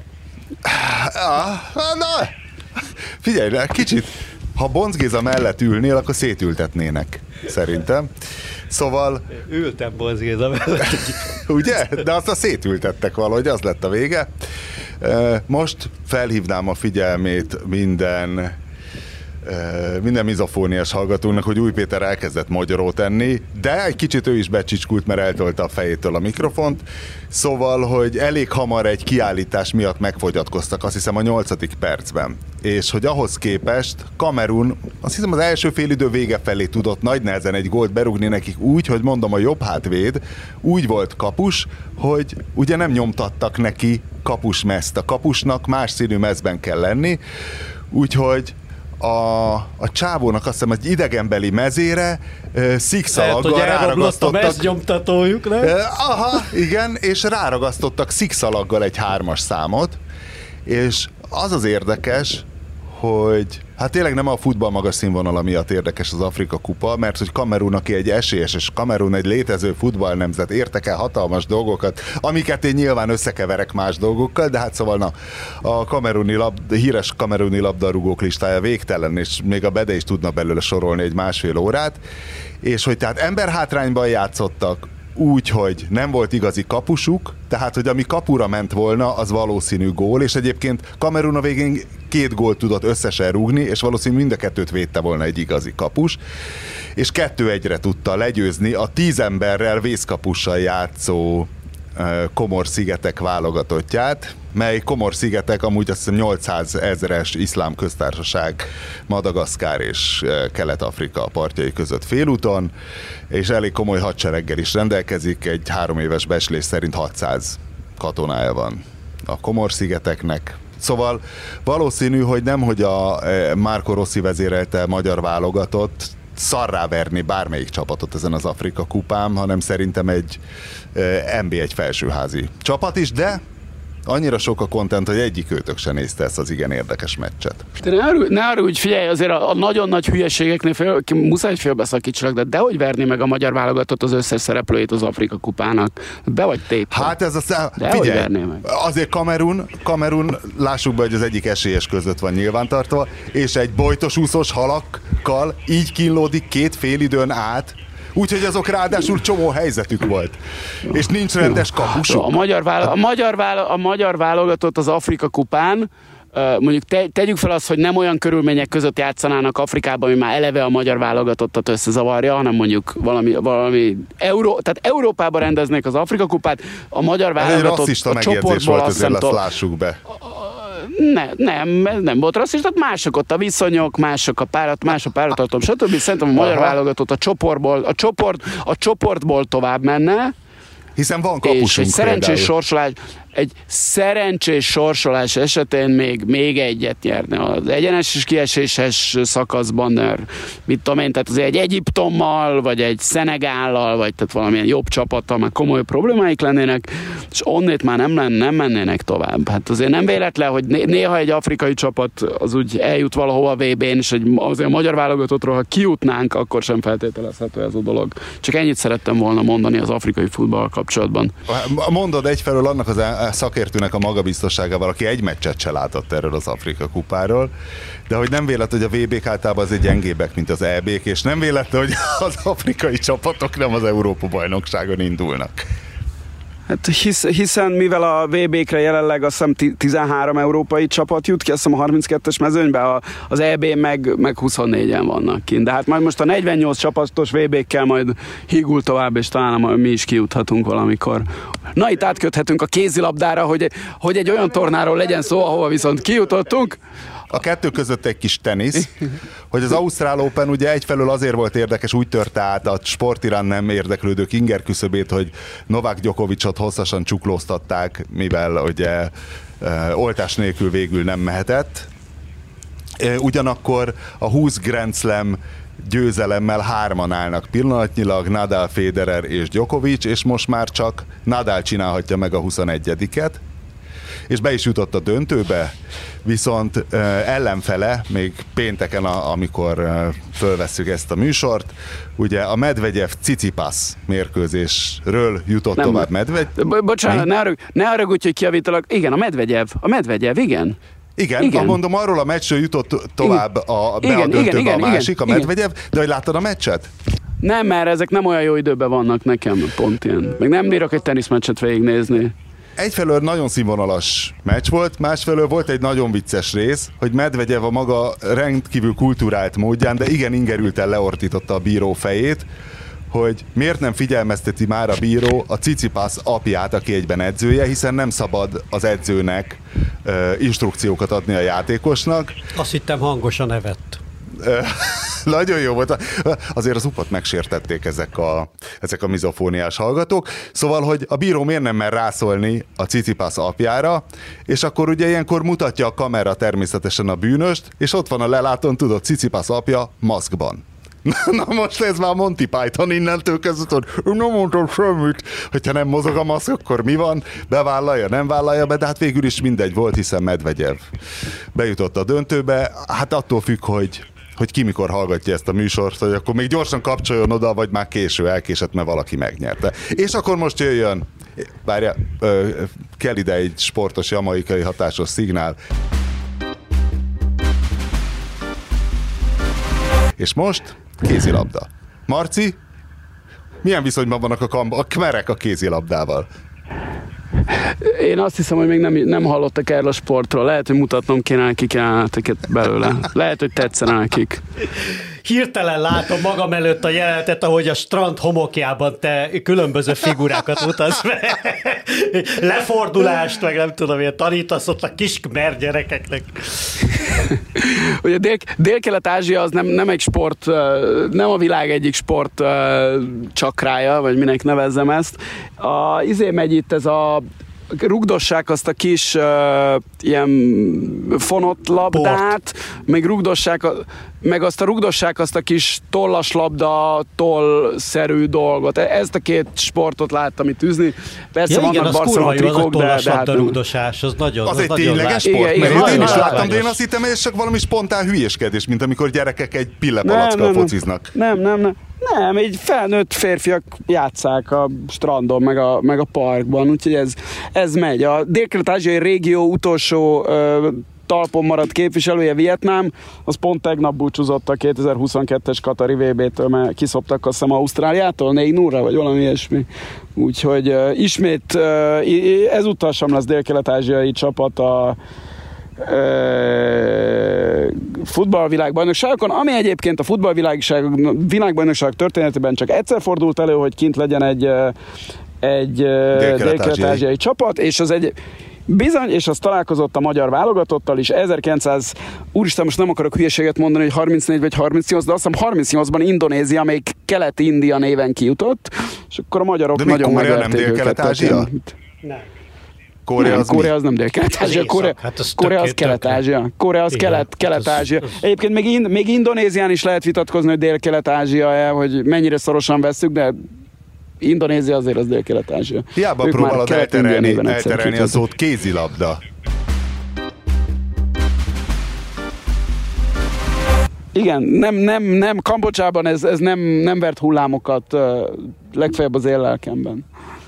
Uh, na, figyelj, kicsit, ha Bonc Géza mellett ülnél, akkor szétültetnének, szerintem. Szóval... Ültem Bonc Géza mellett. Ugye? De azt a szétültettek valahogy, az lett a vége. Most felhívnám a figyelmét minden minden mizofóniás hallgatónak, hogy Új Péter elkezdett magyarót enni, de egy kicsit ő is becsicskult, mert eltolta a fejétől a mikrofont. Szóval, hogy elég hamar egy kiállítás miatt megfogyatkoztak, azt hiszem a nyolcadik percben. És hogy ahhoz képest Kamerun, azt hiszem az első félidő vége felé tudott nagy nehezen egy gólt berúgni nekik úgy, hogy mondom, a jobb hátvéd úgy volt kapus, hogy ugye nem nyomtattak neki kapusmezt. A kapusnak más színű mezben kell lenni, úgyhogy A, a csávónak azt hiszem, egy idegenbeli mezére uh, szikszalaggal ráragasztottak. Ezt nyomtatójuk, nem? Uh, aha, igen, és ráragasztottak szikszalaggal egy hármas számot, és az az érdekes, hogy hát tényleg nem a futball magas színvonala miatt érdekes az Afrika kupa, mert hogy Kamerun, aki egy esélyes, és Kamerun egy létező futballnemzet, értek el hatalmas dolgokat, amiket én nyilván összekeverek más dolgokkal, de hát szóval na, a kameruni labd, híres kameruni labdarúgók listája végtelen, és még a Bede is tudna belőle sorolni egy másfél órát, és hogy tehát emberhátrányban játszottak, úgy, hogy nem volt igazi kapusuk, tehát, hogy ami kapura ment volna, az valószínű gól, és egyébként Kamerun a végén két gólt tudott összesen rúgni, és valószínű mind a kettőt védte volna egy igazi kapus, és kettő egyre tudta legyőzni a tíz emberrel vészkapussal játszó Komor-szigetek válogatottját, mely Komor-szigetek amúgy azt hiszem nyolcszáz ezres iszlám köztársaság Madagaszkár és Kelet-Afrika partjai között félúton, és elég komoly hadsereggel is rendelkezik, egy három éves becslés szerint hatszáz katonája van a Komor-szigeteknek. Szóval valószínű, hogy nem, hogy a Marco Rossi vezérelte magyar válogatott szarrá verni bármelyik csapatot ezen az Afrika kupán, hanem szerintem egy en bé egy felsőházi csapat is, de annyira sok a content, hogy egyik őtök se nézte ezt az igen érdekes meccset. De ne arra, ne arra úgy figyelj, azért a, a nagyon nagy hülyeségeknél fél, muszáj félbeszakítsalak, de dehogy verni meg a magyar válogatott az összes szereplőjét az Afrika kupának. Be vagy tépve. Hát ez a... Figyelj, meg. Azért Kamerun, Kamerun, lássuk be, hogy az egyik esélyes között van nyilvántartva, és egy bojtosúszós halakkal így kínlódik két félidőn át, úgyhogy azok ráadásul csomó helyzetük volt. És nincs rendes kapusuk. A magyar, vála- a magyar, vála- a magyar válogatott az Afrika kupán mondjuk te, tegyük fel azt, hogy nem olyan körülmények között játszanának Afrikában, ami már eleve a magyar válogatottat összezavarja, hanem mondjuk valami, valami Euró, tehát Európában rendeznék az Afrika kupát, a magyar válogatott a csoportból azt hiszem... Volt, lássuk be. Ne, nem, nem volt rasszista, mások ott a viszonyok, mások a párat, más a páratartom, stb. Szerintem a magyar Aha. válogatott a csoportból, a csoport, a csoportból tovább menne, hiszen van kapusunk és egy szerencsés sorsolás, egy szerencsés sorsolás esetén még, még egyet nyerne az egyenes és kieséses szakaszban, mert mit tudom én, tehát azért egy Egyiptommal, vagy egy Szenegállal, vagy tehát valamilyen jobb csapattal már komoly problémáik lennének, és onnét már nem, lenne, nem mennének tovább. Hát azért nem véletlen, hogy néha egy afrikai csapat az úgy eljut valahova a vé bén, és egy, azért a magyar válogatottról, ha kijutnánk, akkor sem feltételezhető ez a dolog. Csak ennyit szerettem volna mondani az afrikai futball kapcsolatban. Mondod egyfelől annak az szakértőnek a magabiztosságával, aki egy meccset se látott erről az Afrika kupáról, de hogy nem véletlen, hogy a vé bék általában azért gyengébbek, mint az é bék, és nem véletlen, hogy az afrikai csapatok nem az Európa-bajnokságon indulnak. Hát hisz, hiszen mivel a vé békre jelenleg azt hiszem tizenhárom európai csapat jut ki, azt hiszem a harminckettes mezőnybe, az é bén meg, meg huszonnégyen vannak kint. De hát majd most a negyvennyolc csapatos vé békkel majd hígul tovább, és talán mi is kijuthatunk valamikor. Na, itt átköthetünk a kézilabdára, hogy, hogy egy olyan tornáról legyen szó, ahova viszont kijutottunk. A kettő között egy kis tenisz, hogy az Ausztrál Open ugye egyfelől azért volt érdekes, úgy törte át a sport iránt nem érdeklődők inger küszöbét, hogy Novák Djokovicot hosszasan csuklóztatták, mivel ugye e, oltás nélkül végül nem mehetett. E, ugyanakkor a húsz Grand Slam győzelemmel hárman állnak pillanatnyilag, Nadal, Federer és Djokovic, és most már csak Nadal csinálhatja meg a huszonegyediket, és be is jutott a döntőbe, viszont ellenfele, még pénteken, amikor fölvesszük ezt a műsort, ugye a Medvegyev-Cicipas mérkőzésről jutott Nem, tovább Medvegyev. Bo- bocsánat, ne, harag, ne haragudj, hogy kiavítalak. Igen, a Medvegyev, a Medvegyev, igen. Igen, igen. mondom, arról a meccsről jutott tovább a, be igen, a döntőbe igen, a másik, igen, a Medvegyev, igen. De hogy láttad a meccset? Nem, mert ezek nem olyan jó időben vannak nekem, pont ilyen. Meg nem bírok egy teniszmeccset végignézni. Egyfelől nagyon színvonalas meccs volt, másfelől volt egy nagyon vicces rész, hogy Medvegyev a maga rendkívül kulturált módján, de igen ingerülten leortította a bíró fejét, hogy miért nem figyelmezteti már a bíró a Cicipas apját, aki egyben edzője, hiszen nem szabad az edzőnek uh, instrukciókat adni a játékosnak. Azt hittem hangosan evett. Nagyon jó volt. Azért az upot megsértették ezek a, ezek a mizofóniás hallgatók. Szóval, hogy a bíró miért nem mer rászólni a Cicipas apjára, és akkor ugye ilyenkor mutatja a kamera természetesen a bűnöst, és ott van a lelátón, tudod, Cicipas apja maszkban. Na most ez már Monty Python innentől kezdve, hogy nem mondtam semmit, hogyha nem mozog a maszk, akkor mi van? Bevállalja, nem vállalja be, de hát végül is mindegy volt, hiszen Medvegyev bejutott a döntőbe. Hát attól függ, hogy hogy ki mikor hallgatja ezt a műsort, hogy akkor még gyorsan kapcsoljon oda, vagy már késő elkésett, mert valaki megnyerte. És akkor most jöjjön, várja, kell ide egy sportos, jamaikai hatásos szignál. És most kézilabda. Marci, milyen viszonyban vannak a, kam- a kmerek a kézilabdával? Én azt hiszem, hogy még nem, nem hallottak erről a sportról. Lehet, hogy mutatnom kéne nekik jeleneteket belőle. Lehet, hogy tetszene nekik. Hirtelen látom magam előtt a jelenetet, ahogy a strand homokjában te különböző figurákat mutatsz be. Lefordulást, meg nem tudom, ilyen tanítasz ott a kis kmer gyerekeknek. Ugye Dél- Dél-Kelet-Ázsia az nem, nem egy sport, nem a világ egyik sport csakrája, vagy minek nevezzem ezt. A, izé megy itt ez a rugdossák azt a kis uh, ilyen fonott labdát, meg rugdossák, a, meg azt a rugdossák azt a kis tollaslabda, tollszerű dolgot. Ezt a két sportot láttam itt üzni. Persze ja, vannak Barcelona trikók, de, de hát... rugdosás, az nagyon Az, az egy nagyon tényleges sport, igen, mert én is láttam, de én azt hittem, hogy ez csak valami spontán hülyéskedés, mint amikor gyerekek egy pillepalackkal fociznak. Nem, nem, nem. Nem, így felnőtt férfiak játsszák a strandon, meg a, meg a parkban, úgyhogy ez, ez megy. A Dél-Kelet-Ázsiai régió utolsó ö, talpon maradt képviselője, Vietnám, az pont tegnap búcsúzott a kétezer-huszonkettes Katari vé bé-től, mert kiszoptak azt hiszem Ausztráliától, négy nulla vagy valami ilyesmi. Úgyhogy uh, ismét uh, ezúttal sem lesz dél-kelet-ázsiai csapat a futballvilágbajnokságokon, ami egyébként a futballvilágbajnokság történetében csak egyszer fordult elő, hogy kint legyen egy, egy dél-kelet-ázsiai csapat, és az egy bizony, és az találkozott a magyar válogatottal is, ezerkilencszáz, úristen, most nem akarok hülyeséget mondani, hogy harmincnégy vagy harmincnyolc, de azt hiszem harmincnyolcban Indonézia még Kelet-India néven kijutott, és akkor a magyarok de nagyon megverték őket. Dél-Kelet-Ázsia? Nem. Korea az, Korea az nem Dél-Kelet-Ázsia, Korea, hát az, Korea az Kelet-Ázsia. Korea az Kelet, Kelet-Ázsia. Az, az... Egyébként még, in, még Indonézián is lehet vitatkozni, hogy Dél-Kelet-Ázsia, hogy mennyire szorosan vesszük, de Indonézia azért az Dél-Kelet-Ázsia. Hiába próbálod elterelni, elterelni a szót kézilabda. Igen, nem, nem, nem, Kambodzsában ez, ez nem, nem vert hullámokat, legfeljebb az éllelkemben.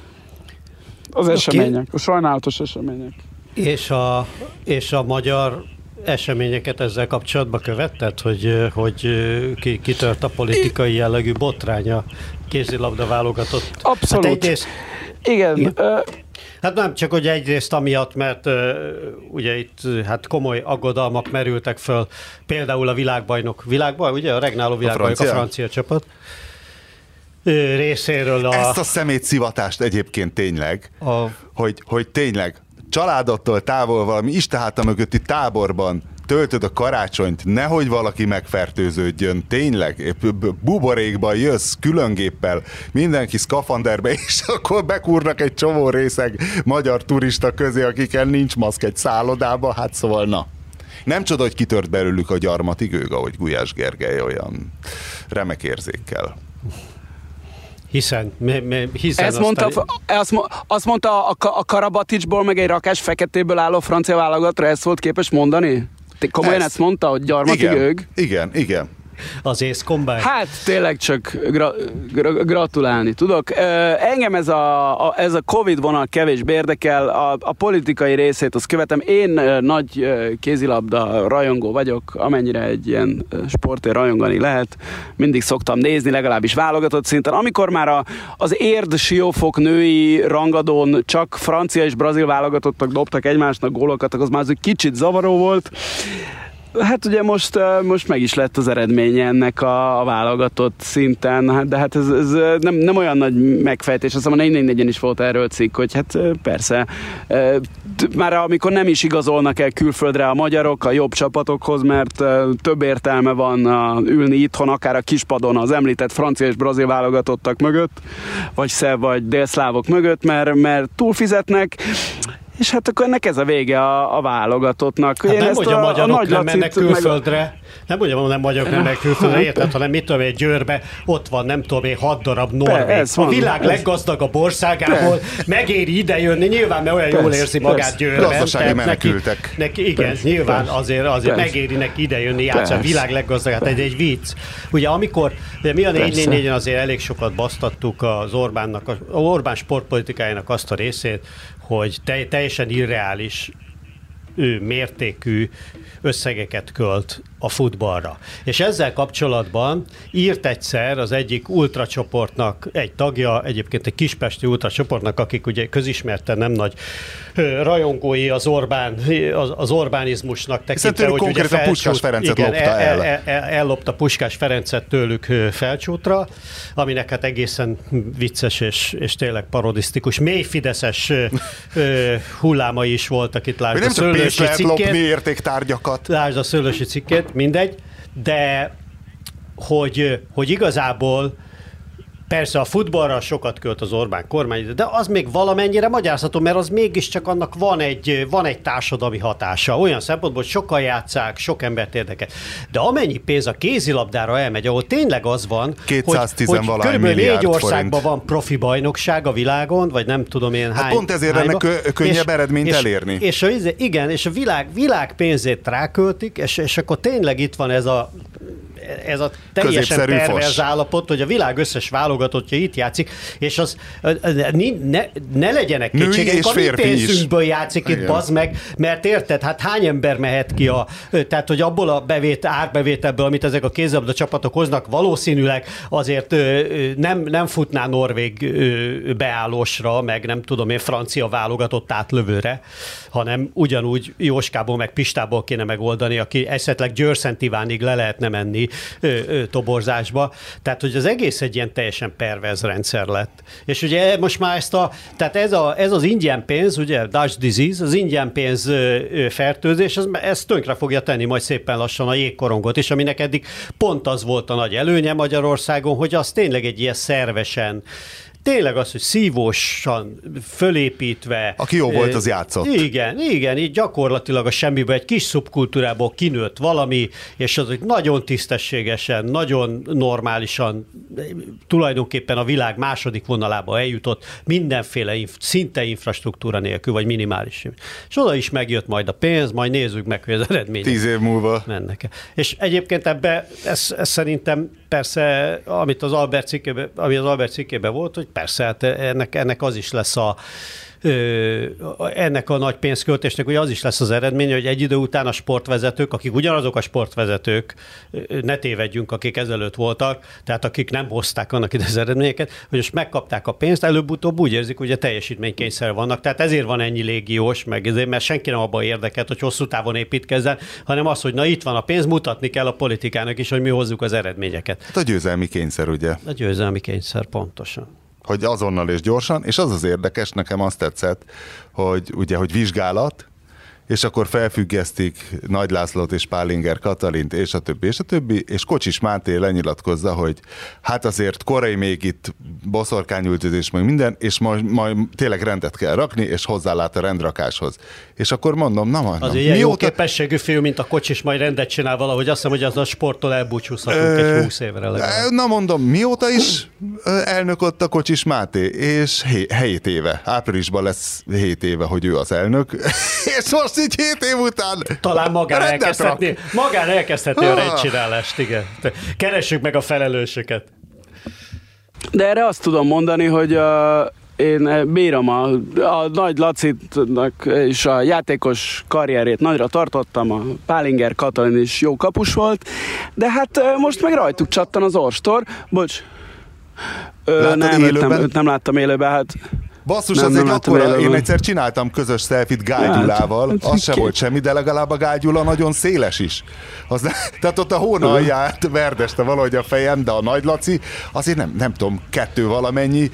Az események, a sajnálatos események. És a, és a magyar eseményeket ezzel kapcsolatban követted, hogy, hogy ki, kitört a politikai jellegű botránya kézilabda válogatott? Abszolút. Hát egyrészt, igen. igen. Uh, hát nem csak, hogy egyrészt amiatt, mert uh, ugye itt hát komoly aggodalmak merültek föl, például a világbajnok, világbaj, ugye a regnáló világbajnok, a francia, a francia csapat részéről. A... Ezt a szemétszivatást egyébként tényleg, a... hogy, hogy tényleg családottól távol valami istenháta mögötti táborban töltöd a karácsonyt, nehogy valaki megfertőződjön, tényleg, buborékban jössz, különgéppel, mindenki szkafanderbe, és akkor bekúrnak egy csomó részeg magyar turista közé, akiken nincs maszk egy szállodában, hát szóval na. Nem csoda, hogy kitört belőlük a gyarmati gőg, ahogy Gulyás Gergely olyan remek érzékkel. Hiszen, hiszen ezt mondta, azt, azt mondta a, a Karabaticsból, meg egy rakás feketéből álló francia válogatra, ezt volt képes mondani? Komolyan ezt, ezt mondta, hogy gyarmati igen, gőg? Igen, igen. Az észkombány? Hát tényleg csak gra- gra- gratulálni tudok. Uh, engem ez a, a, ez a Covid vonal kevésbé érdekel, a, a politikai részét azt követem. Én uh, nagy uh, kézilabda rajongó vagyok, amennyire egy ilyen uh, sportért rajongani lehet. Mindig szoktam nézni, legalábbis válogatott szinten. Amikor már a, az érd siófok női rangadón csak francia és brazil válogatottak dobtak egymásnak gólokat, az már az egy kicsit zavaró volt. Hát ugye most, most meg is lett az eredménye ennek a, a válogatott szinten, de hát ez, ez nem, nem olyan nagy megfejtés, azt hiszem a négy négy négyen is volt erről cikk, hogy hát persze, már amikor nem is igazolnak el külföldre a magyarok a jobb csapatokhoz, mert több értelme van ülni itthon, akár a kispadon az említett francia és brazil válogatottak mögött, vagy szev, vagy délszlávok mögött, mert, mert túlfizetnek. És hát akkor ennek ez a vége a, a válogatottnak. Hát nem, hogy a, a magyarok a nem mennek külföldre, meg... nem mondjam, hogy nem magyarok nem mennek külföldre, érted, hanem mit tudom, egy Győrbe, ott van nem tudom én, hat darab norvég. A világ ez... leggazdagabb országából megéri ide jönni, nyilván, mert olyan jól érzi magát Győrben. Gazdasági menekültek. Neki, neki, igen, persze, nyilván persze, azért, azért megéri neki ide jönni, játszani, a világ leggazdagabb, egy, egy vicc. Ugye amikor, ugye mi a négy négy négyen azért elég sokat basztattuk az Orbánnak, az Orbán sportpolitikájának azt a részét, hogy te, teljesen irreális ő, mértékű összegeket költ a futballra. És ezzel kapcsolatban írt egyszer az egyik ultracsoportnak egy tagja, egyébként egy kispesti ultracsoportnak, akik ugye közismerten nem nagy rajongói az Orbán, az, az Orbánizmusnak tekintve, hogy ugye felcsút, Puskás Ferencet igen, lopta el. El, el, ellopta Puskás Ferencet tőlük felcsútra, aminek hát egészen vicces és, és tényleg parodisztikus, mély fideszes hullámai is voltak itt, lásd a Szőlősi cikkét. Értéktárgyakat. Lásd a Szőlősi cikkét, mindegy, de hogy, hogy igazából persze a futballra sokat költ az Orbán kormány, de az még valamennyire magyarázható, mert az mégiscsak annak van egy, van egy társadalmi hatása. Olyan szempontból, hogy sokan játsszák, sok embert érdekel. De amennyi pénz a kézilabdára elmegy, ahol tényleg az van, kétszáztíz hogy, hogy körülbelül négy országban forint. Van profi bajnokság a világon, vagy nem tudom én hát hány. pont ezért ennek kö- könnyebb és, eredményt és, elérni. És, és, igen, és a világ, világ pénzét ráköltik, és, és akkor tényleg itt van ez a ez a teljesen perverz fos. állapot, hogy a világ összes válogatottja itt játszik, és az ne, ne legyenek kétségek, a mi pénzünkből játszik itt, bazd meg, mert érted, hát hány ember mehet ki a, tehát hogy abból a bevét, árbevételből, amit ezek a kézilabda csapatok hoznak, valószínűleg azért nem, nem futná norvég beállósra, meg nem tudom én, francia válogatott átlövőre, hanem ugyanúgy Jóskából meg Pistából kéne megoldani, aki esetleg Győrszent Ivánig le lehetne menni ö, ö, toborzásba. Tehát, hogy az egész egy ilyen teljesen perverz rendszer lett. És ugye most már ezt a, tehát ez, a, ez az ingyen pénz, ugye Dutch disease, az ingyen pénz ö, ö, fertőzés, ez, ez tönkre fogja tenni majd szépen lassan a jégkorongot is, aminek eddig pont az volt a nagy előnye Magyarországon, hogy az tényleg egy ilyen szervesen, tényleg az, hogy szívósan fölépítve. Aki jó volt, az játszott. Igen, igen, így gyakorlatilag a semmiből egy kis szubkultúrából kinőtt valami, és az nagyon tisztességesen, nagyon normálisan, tulajdonképpen a világ második vonalába eljutott, mindenféle inf- szinte infrastruktúra nélkül, vagy minimális. És oda is megjött majd a pénz, majd nézzük meg, hogy az eredmények Tíz év múlva mennek. És egyébként ebbe, ez, ez szerintem persze, amit az Albert cikkében, ami az Albert cikkében volt, hogy persze, hát ennek, ennek az is lesz a ennek a nagy pénzköltésnek, hogy az is lesz az eredmény, hogy egy idő után a sportvezetők, akik ugyanazok a sportvezetők, ne tévedjünk, akik ezelőtt voltak, tehát akik nem hozták annak ide az eredményeket, hogy most megkapták a pénzt, előbb-utóbb úgy érzik, hogy a teljesítménykényszer vannak. Tehát ezért van ennyi légiós, meg ezért, mert senki nem abban érdekelt, hogy hosszú távon építkezzen, hanem az, hogy na itt van a pénz, mutatni kell a politikának is, hogy mi hozzuk az eredményeket. Hát a győzelmi kényszer, ugye? A győzelmi kényszer, pontosan. Hogy azonnal és gyorsan, és az az érdekes, nekem azt tetszett, hogy ugye, hogy vizsgálat, és akkor felfüggesztik Nagy Lászlót és Pálinger Katalint, és a többi, és a többi, és Kocsis Máté lenyilatkozza, hogy hát azért korai még itt boszorkányültözés, meg minden, és majd, majd tényleg rendet kell rakni, és hozzálát a rendrakáshoz. És akkor mondom, na mondom. Az ilyen jó képességű fiú, mint a Kocsis, majd rendet csinál valahogy, azt hiszem, hogy az a sporttól elbúcsúzhatunk egy húsz évre legalább. Na mondom, mióta is elnök ott a Kocsis Máté, és hét éve, áprilisban lesz hét éve, hogy ő az elnök, és most így hét év után talán magán elkezdhetné, magán elkezdhetné ah. a rendcsinálást, igen. Keressük meg a felelősöket. De erre azt tudom mondani, hogy uh, én bírom a, a Nagy Lacitnak és a játékos karrierét nagyra tartottam, a Pálinger Katalin is jó kapus volt, de hát uh, most meg rajtuk csattan az orstor. Bocs. Ö, nem, nem, nem láttam élőben, hát basszus, nem, az nem egy akkora, élőben. Én egyszer csináltam közös szelfit Gál Gyulával, hát, az se ki? Volt semmi, de legalább a Gál Gyula nagyon széles is. Az ne, tehát ott a hóna alját verdeste valahogy a fejem, de a Nagy Laci azért nem, nem tudom, kettő valamennyi.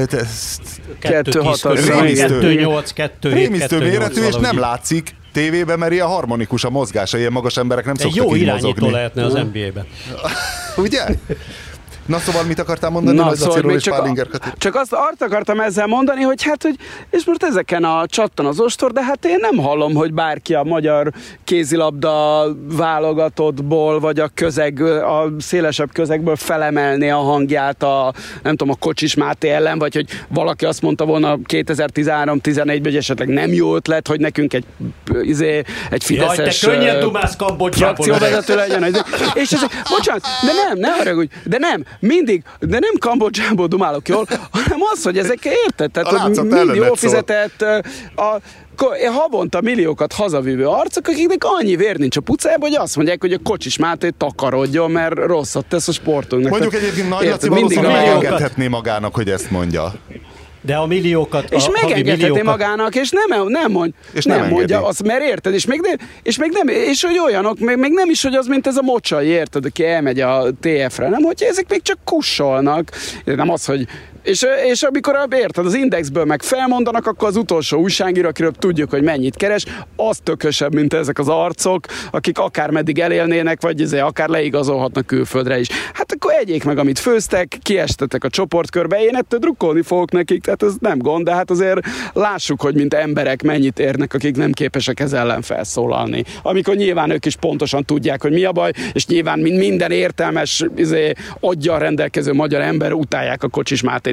Kettő hatos. Kettő nyolc, kettő hét, rémisztő méretű, és nem látszik tévében, mert ilyen harmonikus a mozgása, ilyen magas emberek nem szoktak így mozogni. Egy jó irányító lehetne az en bé á-ben. Ugye? Na szóval mit akartál mondani? Na, Nagy szóval és csak, a, csak azt, azt akartam ezzel mondani, hogy hát, hogy és most ezeken a csattan az ostor, de hát én nem hallom, hogy bárki a magyar kézilabda válogatottból, vagy a közeg, a szélesebb közegből felemelné a hangját a, nem tudom, a Kocsis Máté ellen, vagy hogy valaki azt mondta volna kétezer-tizenhárom tizenegyben, hogy esetleg nem jó ötlet, hogy nekünk egy, izé, egy fideszes Jaj, te könnyen dumálsz Kambodzsából. frakcióvezető legyen. És ez, bocsánat, de nem, ne haragudj, de nem, mindig, de nem Kambodzsából dumálok jól, hanem az, hogy ezek érted, tehát hogy mind jól fizetett, a havonta milliókat hazavívő arcok, akiknek annyi vér nincs a pucájában, hogy azt mondják, hogy a Kocsis Máté takarodjon, mert rosszat tesz a sportunknak. Mondjuk egyébként Nagy Laci valószínűleg megengedhetné magának, hogy ezt mondja. De a milliókat... És megengedhetné milliókat... magának, és nem, nem, mond, és nem, nem mondja azt, mert érted, és még nem, és még nem, és hogy olyanok, még, még nem is, hogy az, mint ez a Mocsai, érted, aki elmegy a té ef-re, nem, hogy ezek még csak kussolnak, nem az, hogy És, és amikor érted, az Indexből meg felmondanak, akkor az utolsó újságíró, akiről tudjuk, hogy mennyit keres, az tökösebb, mint ezek az arcok, akik akár meddig elélnének, vagy ezért akár leigazolhatnak külföldre is. Hát akkor egyék meg, amit főztek, kiestetek a csoportkörbe, én ettől drukkolni fogok nekik, tehát ez nem gond, de hát azért lássuk, hogy mint emberek mennyit érnek, akik nem képesek ez ellen felszólalni. Amikor nyilván ők is pontosan tudják, hogy mi a baj, és nyilván minden értelmes izé, aggyal rendelkező magyar ember utálják a Kocsis Mátét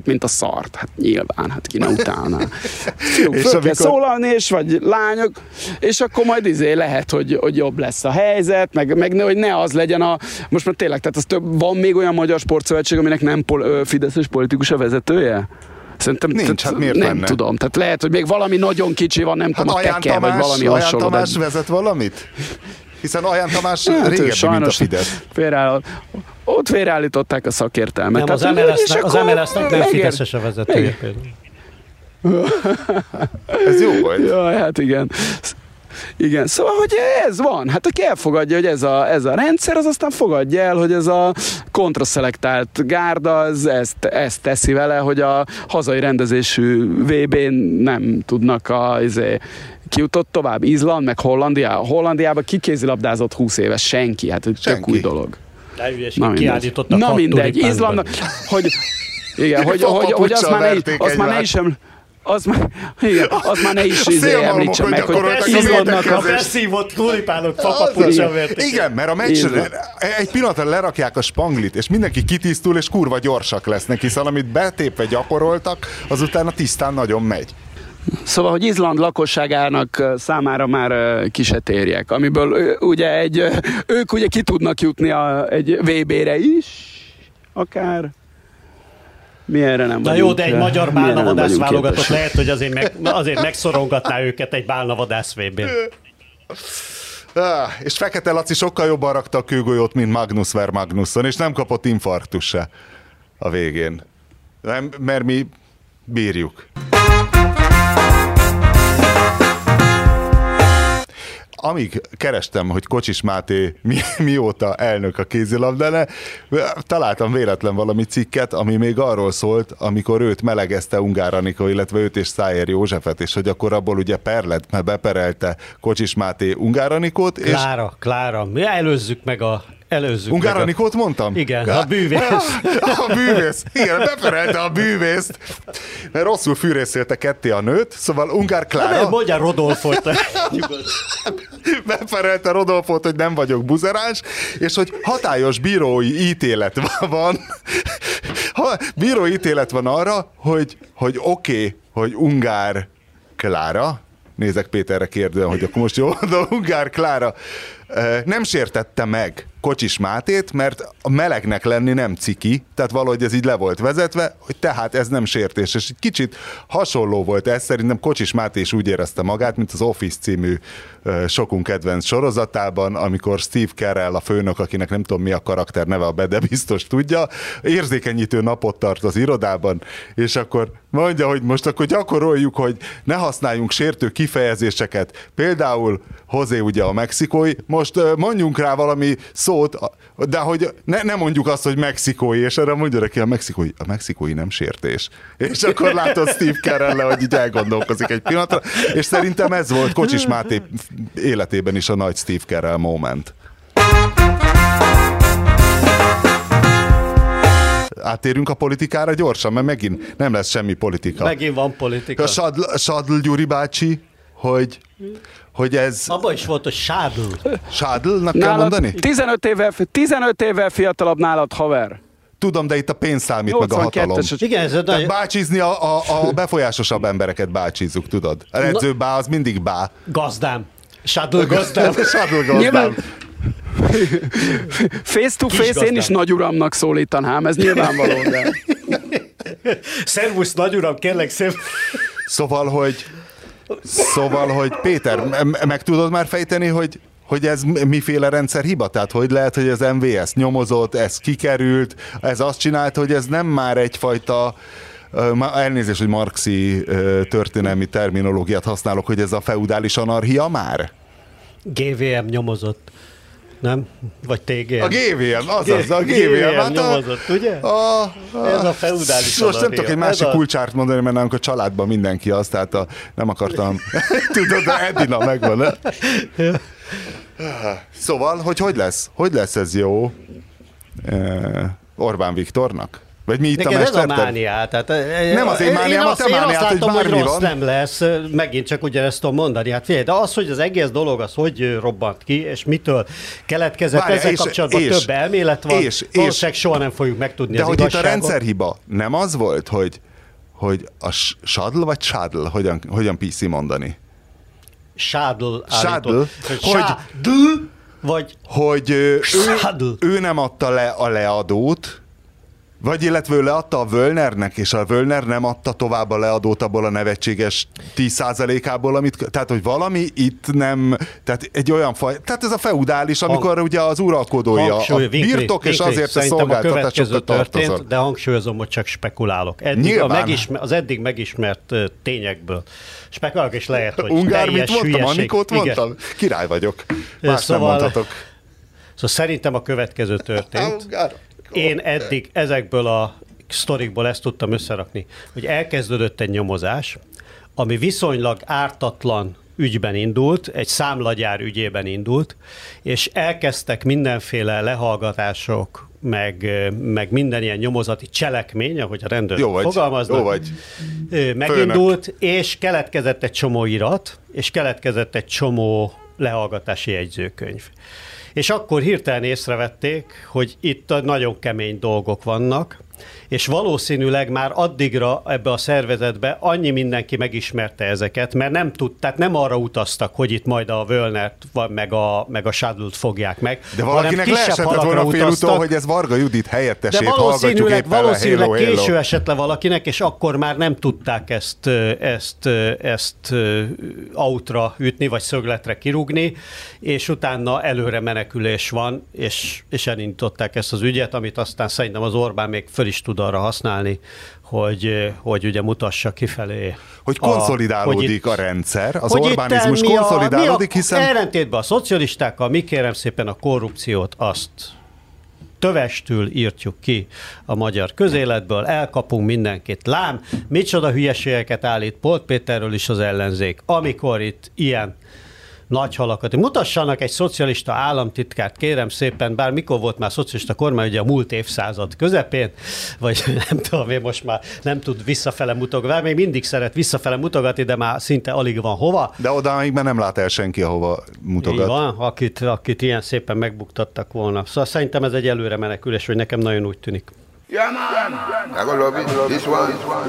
szép, mint a szart. Hát nyilván, hát ki ne utálná. Fiúk, föl amikor... kell szólalni, és vagy lányok, és akkor majd izé lehet, hogy, hogy jobb lesz a helyzet, meg, meg ne, hogy ne az legyen a... Most már tényleg, tehát az több, van még olyan magyar sportszövetség, aminek nem pol, fideszes politikus a vezetője? Szerintem nincs, hát miért nem lenne? tudom. Tehát lehet, hogy még valami nagyon kicsi van, nem hát tudom, a Tekel, vagy valami Aján hasonló. Tamás de... vezet valamit? Hiszen Aján Tamás hát, régebbi, mint a Fidesz. Félreáll, ott félreállították a szakértelmet. Nem, tehát, az em el es-nek, az em el es-nek nem megér... Fideszes a vezetője például. Ez jó volt. Jaj, hát igen. Igen, szóval, hogy ez van. Hát aki elfogadja, hogy ez a, ez a rendszer, az aztán fogadja el, hogy ez a kontraszelektált gárda, ez, ezt, ezt teszi vele, hogy a hazai rendezésű vé bén nem tudnak a, izé, ki jutott tovább? Izland, meg Hollandia. Hollandiában ki kézilabdázott húsz éves? Senki. Hát egy tök új dolog. De ügyeség, kiállítottak Na mindegy, Izlandnak, hogy igen, hogy, hogy, hogy azt már ne, azt már ne is sem... Az már, igen, az már ne is izé említse meg, hogy Izlandnak a beszívott tulipánok fapapucsa verték. Igen, mert a meccs egy pillanatra lerakják a spanglit, és mindenki kitisztul, és kurva gyorsak lesznek, hiszen amit betépve gyakoroltak, azután a tisztán nagyon megy. Szóval, hogy Izland lakosságának számára már ki se térjek, amiből ugye egy, ők ugye ki tudnak jutni a, egy vé bére is, akár. Mi erre nem Na vagyunk, jó, de egy magyar bálnavadász válogatott képes. Lehet, hogy azért, meg, azért megszorongatná őket egy bálnavadász vé bén. Ah, és Fekete Laci sokkal jobban rakta a kőgolyót, mint Magnus ver Magnusson, és nem kapott infarktus se a végén. Nem, mert mi bírjuk. Amíg kerestem, hogy Kocsis Máté mi, mióta elnök a kézilabdánál, találtam véletlen valami cikket, ami még arról szólt, amikor őt melegezte Ungár Anikó, illetve őt és Szájer Józsefet, és hogy akkor abból ugye per lett, mert beperelte Kocsis Máté Ungár Anikót. És... Klára, Klára, mi előzzük meg a Előzzük Ungár Anikót a... mondtam? Igen, a bűvész. A bűvész. Igen, beperelte a bűvészt. Mert rosszul fűrészélte ketté a nőt, szóval Ungár Klára... Nem, mondja Rodolfot. Beperelte Rodolfot, hogy nem vagyok buzeráns, és hogy hatályos bírói ítélet van. Ha, bírói ítélet van arra, hogy, hogy oké, okay, hogy Ungár Klára, nézek Péterre kérdően, hogy akkor most jó, de Ungár Klára nem sértette meg Kocsis Mátét, mert a melegnek lenni nem ciki, tehát valahogy ez így le volt vezetve, hogy tehát ez nem sértés, és egy kicsit hasonló volt ez, szerintem Kocsis Máté is úgy érezte magát, mint az Office című sokunk kedvenc sorozatában, amikor Steve Carell, a főnök, akinek nem tudom mi a karakter neve, a de biztos tudja, érzékenyítő napot tart az irodában, és akkor mondja, hogy most akkor gyakoroljuk, hogy ne használjunk sértő kifejezéseket, például José ugye a mexikói, most mondjunk rá valami szót, de hogy ne, ne mondjuk azt, hogy mexikói, és erre mondja neki a mexikói, a mexikói nem sértés. És akkor látod Steve Carell-le, hogy így elgondolkozik egy pillanatra, és szerintem ez volt Kocsis Máté életében is a nagy Steve Carell moment. Áttérünk a politikára gyorsan, mert megint nem lesz semmi politika. Megint van politika. A Sadl, Sadl Gyuri bácsi, hogy, hogy ez... Abban is volt, hogy Sádl. Sádlnak kell mondani? tizenöt évvel, tizenöt évvel fiatalabb nálad, haver. Tudom, de itt a pénz számít, meg a hatalom. Igen, ez Tehát bácsizni a, a, a befolyásosabb embereket bácsízzuk, tudod. A edző bá, az mindig bá. Gazdám. Sádl gazdám. Sádl gazdám. Nyilván... Face to face én is nagyuramnak szólítanám, ez nyilvánvaló, de... Szervusz, nagyuram, kérlek szép. Szóval, hogy... Szóval, hogy Péter, meg tudod már fejteni, hogy, hogy ez miféle rendszer hiba? Tehát, hogy lehet, hogy az em vé es nyomozott, ez kikerült, ez azt csinált, hogy ez nem már egyfajta, elnézést, hogy marxi történelmi terminológiát használok, hogy ez a feudális anarchia már? gé vé em nyomozott. Nem? Vagy té gé em? A gé vé em, azaz, a gé vé em. Hát nyomozott, ugye? A, a, Ez a feudális most nem tudok egy másik kulcsárt mondani, mert nálunk a családban mindenki az, tehát a, nem akartam. Tudod, de Edina megvan. Szóval, hogy hogy lesz? Hogy lesz ez jó Orbán Viktornak? Vagy mi itt Neked a mesterterv? ez a mániá. Tehát, nem az én mániám, a te mániát, hogy bármi hogy rossz van. nem lesz, megint csak ugyanezt tudom mondani. Hát figyelj, de az, hogy az egész dolog az hogy robbant ki, és mitől keletkezett, Várj, ezzel és, kapcsolatban és, több elmélet van, és, valószínűleg soha nem fogjuk megtudni de az hogy igazságot. itt a rendszerhiba nem az volt, hogy, hogy a sadl vagy sadl, hogyan, hogyan pé cé mondani? Sádl Sádl, állított. hogy, Sádl, vagy hogy ő, Sádl. ő nem adta le a leadót, vagy illetve ő leadta a Völnernek, és a Völner nem adta tovább a leadót abból a nevetséges tíz százalékából, amit, tehát hogy valami itt nem, tehát egy olyan faj, tehát ez a feudális, amikor Hang, ugye az uralkodója hangsúly, a birtok, vinkli, és azért a szolgáltatásokat tartozol. De hangsúlyozom, hogy csak spekulálok. Eddig a megismer, az eddig megismert uh, tényekből spekulálok, és lehet, hogy Ungár, teljes mit mondtam? hülyeség. Anikót mondtam? Igen. Király vagyok. Más szóval, nem mondhatok. Szóval szerintem a következő történt. Ungár. Én eddig ezekből a sztorikból ezt tudtam összerakni, hogy elkezdődött egy nyomozás, ami viszonylag ártatlan ügyben indult, egy számlagyár ügyében indult, és elkezdtek mindenféle lehallgatások, meg, meg minden ilyen nyomozati cselekmény, ahogy a rendőrök fogalmaznak, jó vagy. megindult, Főnök. És keletkezett egy csomó irat, és keletkezett egy csomó lehallgatási jegyzőkönyv. És akkor hirtelen észrevették, hogy itt nagyon kemény dolgok vannak, és valószínűleg már addigra ebbe a szervezetbe annyi mindenki megismerte ezeket, mert nem tud, tehát nem arra utaztak, hogy itt majd a Völnert meg a, meg a Sádlt fogják meg. De valakinek leesett volna félúton, hogy ez Varga Judit helyettesét hallgatjuk éppen valószínűleg hello, késő hello. esett le valakinek, és akkor már nem tudták ezt, ezt, ezt outra ütni, vagy szögletre kirúgni, és utána előre menekülés van, és, és elindították ezt az ügyet, amit aztán szerintem az Orbán még föl is tud arra használni, hogy, hogy ugye mutassa kifelé. Hogy konszolidálódik a, hogy itt, a rendszer, az Orbánizmus mi a, konszolidálódik, mi a, hiszen... Ellentétben a szocialistákkal mi kérem szépen a korrupciót azt tövestül írtjuk ki a magyar közéletből, elkapunk mindenkit. Lám, micsoda hülyeségeket állít Polt Péterről is az ellenzék, amikor itt ilyen nagy halakat. Mutassanak egy szocialista államtitkárt, kérem szépen, bár mikor volt már szocialista kormány, ugye a múlt évszázad közepén, vagy nem tudom, én most már nem tud visszafele mutogatni, még mindig szeret visszafele mutogatni, de már szinte alig van hova. De oda még már nem lát el senki, ahova mutogat. Így van, akit, akit ilyen szépen megbuktattak volna. Szóval szerintem ez egy előre menekülés, hogy nekem nagyon úgy tűnik. Yeah, man. I gonna love it. This one.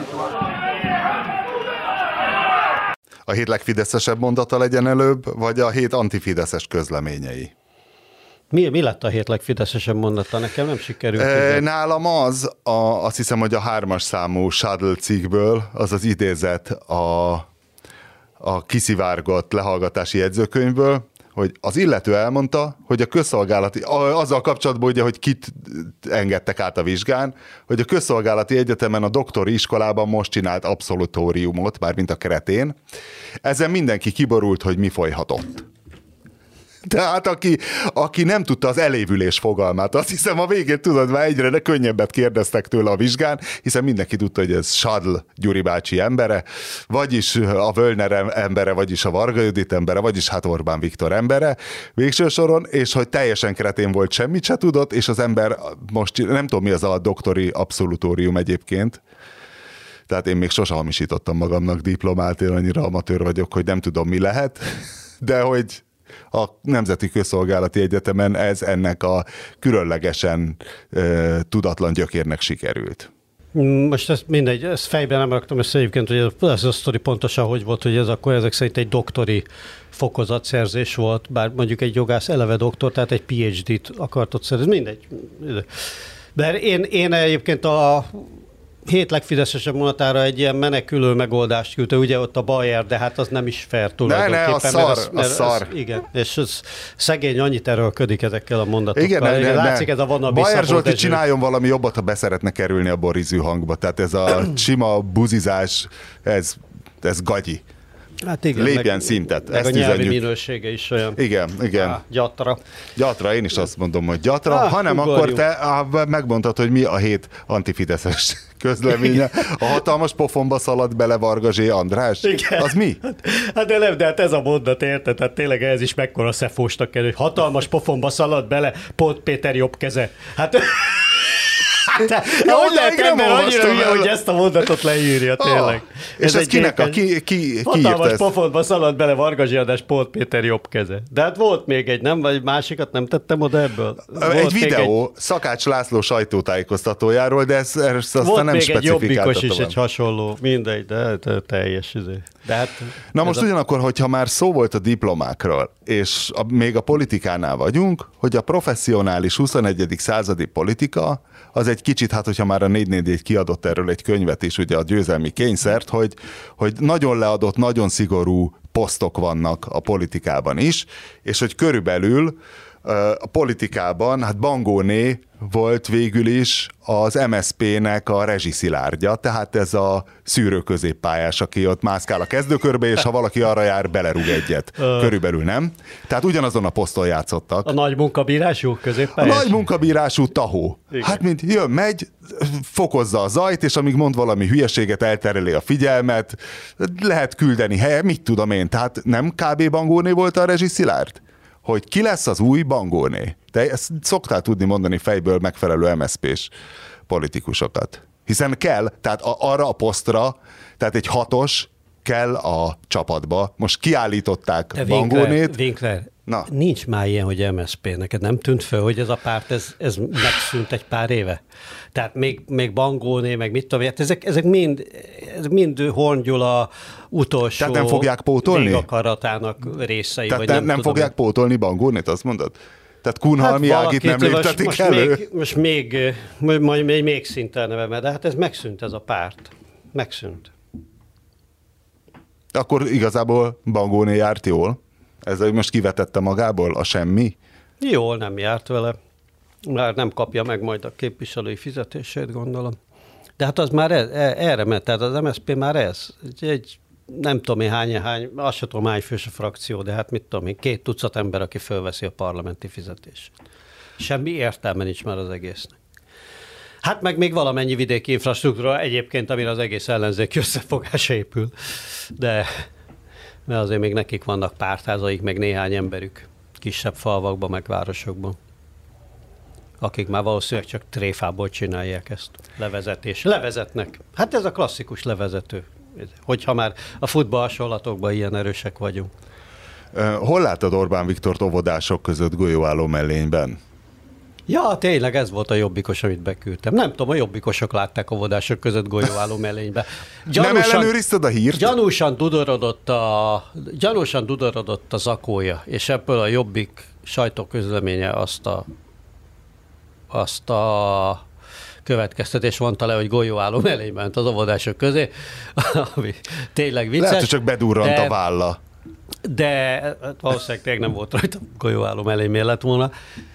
A hét legfideszesebb mondata legyen előbb, vagy a hét antifideszes közleményei? Mi, mi lett a hét legfideszesebb mondata? Nekem nem sikerült. E, nálam az, a, azt hiszem, hogy a hármas számú Sádl cikkből, az az idézet a, a kiszivárgott lehallgatási jegyzőkönyvből, hogy az illető elmondta, hogy a közszolgálati, azzal kapcsolatban ugye, hogy kit engedtek át a vizsgán, hogy a közszolgálati egyetemen a doktori iskolában most csinált abszolutóriumot, mármint a kretén. Ezen mindenki kiborult, hogy mi folyhatott. Tehát aki, aki nem tudta az elévülés fogalmát, azt hiszem a végén tudod, már egyre könnyebbet kérdeztek tőle a vizsgán, hiszen mindenki tudta, hogy ez Sádl Gyuri bácsi embere, vagyis a Völner embere, vagyis a Varga Judit embere, vagyis hát Orbán Viktor embere végső soron, és hogy teljesen kretén volt, semmit se tudott, és az ember most nem tudom mi az a doktori abszolutórium egyébként, tehát én még sose hamisítottam magamnak diplomát, én annyira amatőr vagyok, hogy nem tudom mi lehet, de hogy a Nemzeti Közszolgálati Egyetemen ez ennek a különlegesen e, tudatlan gyökérnek sikerült. Most ezt mindegy, ezt fejben nem raktam össze egyébként, hogy ez a sztori pontosan hogy volt, hogy ez akkor ezek szerint egy doktori fokozatszerzés volt, bár mondjuk egy jogász eleve doktor, tehát egy pé há dét akartott szerezni, mindegy. De én, én egyébként a hét legfideszesebb mondatára egy ilyen menekülő megoldást küldte, ugye ott a Bayer, de hát az nem is fair tulajdonképpen. Ne, ne, a szar, az, a szar. Az, igen, és ez szegény annyit erőlködik ezekkel a mondatokkal. Igen, ne, ne, látszik ne. ez a wannabe Bayer Szabó Zsolti Dezső. csináljon valami jobbat, ha beszeretne kerülni a borizű hangba. Tehát ez a sima buzizás, ez, ez gagyi. Hát igen, lépjen meg, szintet. Meg ezt a nyelvi üzenjük. minősége is olyan. Igen, igen. Á, gyatra. Gyatra, én is azt mondom, hogy gyatra. Ah, Ha nem, akkor te á, megmondtad, hogy mi a hét antifideszes közleménye. A hatalmas pofonba szaladt bele Varga Zsé András? Igen. Az mi? Hát de nem, de hát ez a mondat, érted? Tehát tényleg ez is mekkora szefósnak kell, hogy hatalmas pofonba szaladt bele Polt Péter jobb keze. Hát... De hogy lehet ember annyira hülye, hogy ezt a mondatot leírja, tényleg. Ah, és ez kinek a, ki, ki, ki hatalmas pofodba szaladt bele Varga Zsiadás Pót Péter jobb keze. De hát volt még egy, nem? Vagy másikat nem tettem oda ebből? Volt egy videó egy... Szakács László sajtótájékoztatójáról, de ezt, ezt aztán nem specifikálta. Volt még egy jobbikos is, egy hasonló, mindegy, de, de teljes izé. De hát, na most a... ugyanakkor, hogyha már szó volt a diplomákról, és a, még a politikánál vagyunk, hogy a professzionális huszonegyedik századi politika az egy kicsit, hát hogyha már a négy négy négy kiadott erről egy könyvet is, ugye a győzelmi kényszert, hogy, hogy nagyon leadott, nagyon szigorú posztok vannak a politikában is, és hogy körülbelül a politikában, hát Bangóné volt végül is az em es zé pé-nek a rezsiszilárdja, tehát ez a szűrő középpályás, aki ott mászkál a kezdőkörbe, és ha valaki arra jár, belerúg egyet. Körülbelül nem. Tehát ugyanazon a poszton játszottak. A nagy munkabírású középpályás? A nagy munkabírású tahó. Igen. Hát mint jön, megy, fokozza a zajt, és amíg mond valami hülyeséget, eltereli a figyelmet, lehet küldeni helye, mit tudom én. Tehát nem kb. Bangóné volt a rezsiszilárd? Hogy ki lesz az új Bangóné. Te ezt szoktál tudni mondani fejből megfelelő em es zé pés politikusokat. Hiszen kell, tehát a, arra a posztra, tehát egy hatos kell a csapatba. Most kiállították de Bangónét. Winkler, Winkler, Na. nincs már ilyen, hogy em es zé pé. Neked nem tűnt föl, hogy ez a párt, ez, ez megszűnt egy pár éve? Tehát még, még Bangóné, meg mit tudom, ezek, ezek mind, ezek mind Horn Gyula utolsó tehát nem fogják pótolni? végakaratának részei. Tehát vagy nem, nem, nem tudom, fogják pótolni Bangónét, azt mondod? Tehát Kunhalmi hát Ágit nem léptetik most, elő? Még, most még, majd még, még szinten neve, de hát ez megszűnt ez a párt. Megszűnt. Akkor igazából Bangóné járt jól? Ez, hogy most kivetette magából a semmi? Jól nem járt vele. Már nem kapja meg majd a képviselői fizetését, gondolom. De hát az már ez, erre ment, tehát az em es zé pé már ez. Egy, nem tudom én hány, hány, azt sem tudom hány fős a frakció, de hát mit tudom én, két tucat ember, aki fölveszi a parlamenti fizetést. Semmi értelme nincs már az egésznek. Hát meg még valamennyi vidéki infrastruktúra egyébként, amire az egész ellenzéki összefogás épül. De mert azért még nekik vannak pártházaik, meg néhány emberük kisebb falvakban, meg városokban, akik már valószínűleg csak tréfából csinálják ezt. Levezetés. Levezetnek. Hát ez a klasszikus levezető. Hogyha már a futball hasonlatokban ilyen erősek vagyunk. Hol látod Orbán Viktort óvodások között golyóálló mellényben? Ja, tényleg ez volt a jobbikos, amit beküldtem. Nem tudom, a jobbikosok látták óvodások között golyóálló mellénybe. Gyanúsan, nem ellenőrizted a hírt? Gyanúsan dudorodott a, gyanúsan dudorodott a zakója, és ebből a jobbik sajtóközleménye azt a, azt a következtetés vonta le, hogy golyóálló mellény ment az óvodások közé, ami tényleg vicces. Lehet, hogy csak bedurrant de, a válla. De valószínűleg tényleg nem volt rajta golyóálló mellény, miért lett volna.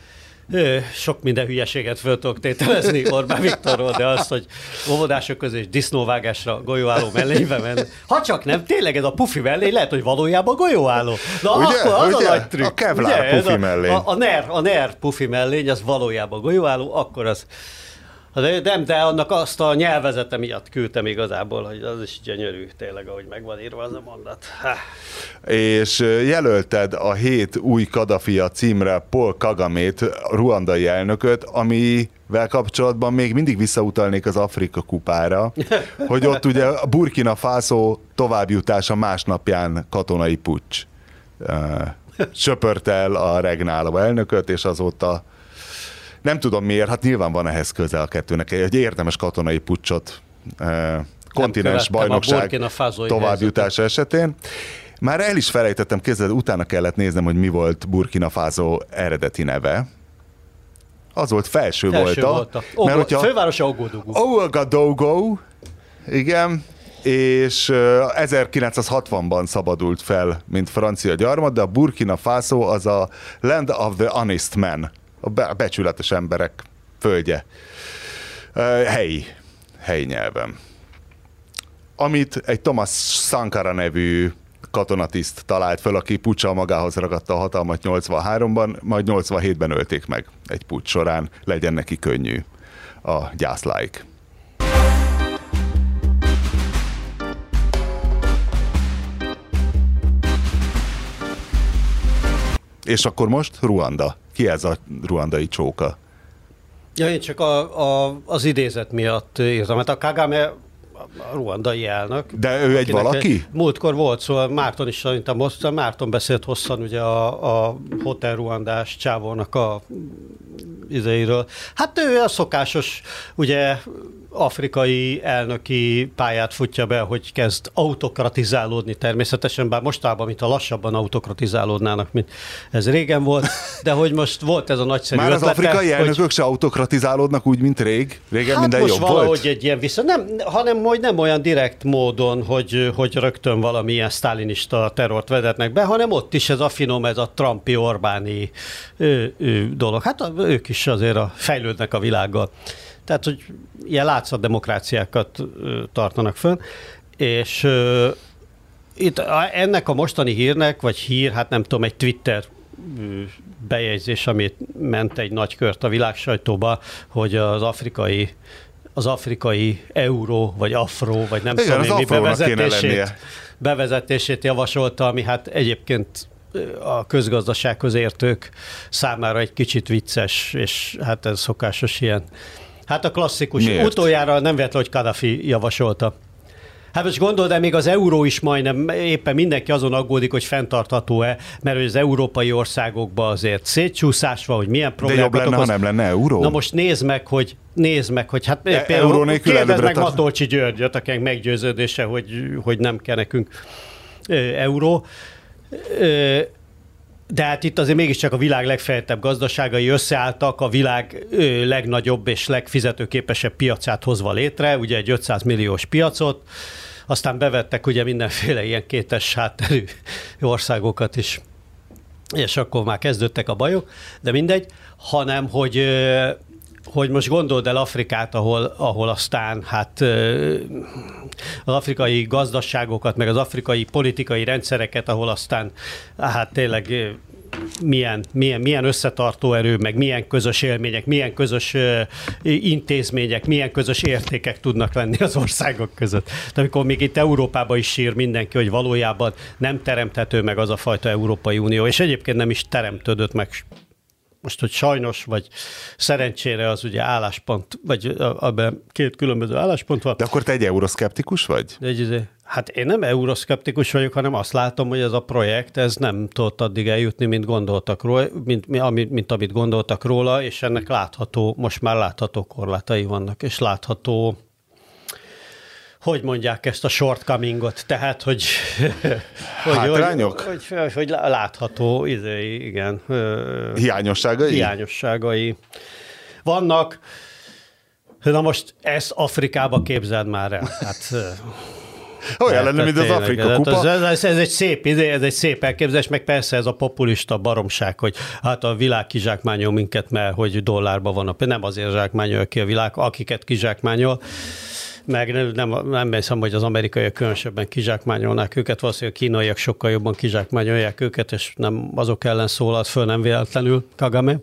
Sok minden hülyeséget föl tudok tételezni Orbán Viktorról, de azt, hogy óvodások közé és disznóvágásra golyóálló mellénybe menni. Ha csak nem, tényleg ez a pufi mellény lehet, hogy valójában golyóálló. Na ugye, akkor az ugye? A nagy trükk. A Kevlar ugye, pufi mellény. A, a, NER, a NER pufi mellény, az valójában golyóálló, akkor az... De nem, de annak azt a nyelvezete miatt küldtem igazából, hogy az is gyönyörű tényleg, ahogy megvan írva az a mondat. Há. És jelölted a hét új Kadafia címre Paul Kagamét, ruandai elnököt, amivel kapcsolatban még mindig visszautalnék az Afrika kupára, hogy ott ugye a Burkina Faso továbbjutása másnapján katonai puccs söpört el a regnáló elnököt, és azóta nem tudom miért, hát nyilván van ehhez köze a kettőnek, egy érdemes katonai puccsot kontinens bajnokság továbbjutása esetén. Már el is felejtettem, képzeld, utána kellett néznem, hogy mi volt Burkina Faso eredeti neve. Az volt felső, felső volta. volta. Ogo, mert hogyha fővárosa Ouagadougou. Ouagadougou, igen, és ezerkilencszázhatvanban szabadult fel, mint francia gyarmat, de a Burkina Faso az a Land of the Honest Man, a becsületes emberek földje. Helyi, helyi nyelven. Amit egy Thomas Sankara nevű katonatiszt talált föl, aki puccsal magához ragadta a hatalmat nyolcvanháromban, majd nyolcvanhétben ölték meg egy puccs során, legyen neki könnyű a gyászláik. És akkor most Ruanda. Ki ez a ruandai csóka? Ja, én csak a, a, az idézet miatt írtam. Hát a Kagame a ruandai elnök. De ő egy valaki? Egy, múltkor volt, szóval Márton is szerintem hosszan, Márton beszélt hosszan ugye a, a Hotel Ruandás csávónak a izeiről. Hát ő a szokásos, ugye afrikai elnöki pályát futja be, hogy kezd autokratizálódni természetesen, bár mostában, mint a lassabban autokratizálódnának, mint ez régen volt, de hogy most volt ez a nagyszerű Már az ötlete, afrikai elnökök hogy... se autokratizálódnak úgy, mint rég? Régen hát minden most jobb valahogy volt? egy ilyen vissza, nem, hanem hogy nem olyan direkt módon, hogy, hogy rögtön valamilyen sztálinista terrort vezetnek be, hanem ott is ez a finom, ez a Trumpi, Orbáni ő, ő dolog. Hát a, ők is azért a, fejlődnek a világgal. Tehát, hogy ilyen látszat demokráciákat ö, tartanak fönn, és ö, itt a, ennek a mostani hírnek, vagy hír, hát nem tudom, egy Twitter ö, bejegyzés, amit ment egy nagy kört a világsajtóba, hogy az afrikai az afrikai euró, vagy afro, vagy nem igen, tudom én mi bevezetését, bevezetését, bevezetését javasolta, ami hát egyébként a közgazdasághoz értők számára egy kicsit vicces, és hát ez szokásos ilyen. Hát a klasszikus. Miért? Utoljára nem véletlen, hogy Kadhafi javasolta. Hát most gondold, de még az euró is majdnem, éppen mindenki azon aggódik, hogy fenntartható-e, mert az európai országokban azért szétcsúszás van, hogy milyen problémákat okoz. De jobb lenne, ha nem lenne euró? Na most nézd meg, hogy nézd meg, hogy hát e, például kérdezd meg Matolcsi Györgyöt, akinek meggyőződése, hogy, hogy nem kell nekünk ö, euró. Ö, De hát itt azért mégiscsak a világ legfejlettebb gazdaságai összeálltak, a világ ö, legnagyobb és legfizetőképesebb piacát hozva létre, ugye egy ötszáz milliós piacot, aztán bevettek ugye mindenféle ilyen kétes hátterű országokat is, és akkor már kezdődtek a bajok, de mindegy, hanem hogy, ö, hogy most gondold el Afrikát, ahol, ahol aztán hát ö, az afrikai gazdaságokat, meg az afrikai politikai rendszereket, ahol aztán hát tényleg milyen, milyen, milyen összetartó erő, meg milyen közös élmények, milyen közös uh, intézmények, milyen közös értékek tudnak lenni az országok között. De amikor még itt Európában is sír mindenki, hogy valójában nem teremthető meg az a fajta Európai Unió, és egyébként nem is teremtődött meg. Most, hogy sajnos, vagy szerencsére az ugye álláspont, vagy abban két különböző álláspont van. De akkor te egy euroszkeptikus vagy? Egy, hát én nem euroszkeptikus vagyok, hanem azt látom, hogy ez a projekt, ez nem tudott addig eljutni, mint gondoltak róla, mint, mint, mint amit gondoltak róla, és ennek látható, most már látható korlátai vannak, és látható, hogy mondják ezt a shortcomingot, tehát, hogy... hogy hátrányok? Hogy, hogy, hogy látható, izé, igen. Hiányosságai? Hiányosságai. Vannak, na most ezt Afrikába képzeld már el. Hát, olyan lenne, mint az Afrika kupa. Ez, ez, ez egy szép idő, ez egy szép elképzelés, meg persze ez a populista baromság, hogy hát a világ kizsákmányol minket, mert hogy dollárban van a pénz. Nem azért zsákmányol ki a világ, akiket kizsákmányol. Meg nem, nem, nem hiszem, hogy az amerikaiak különösebben kizsákmányolnák őket, valószínűleg a kínaiak sokkal jobban kizsákmányolják őket, és nem azok ellen szólalt föl, nem véletlenül Kagame.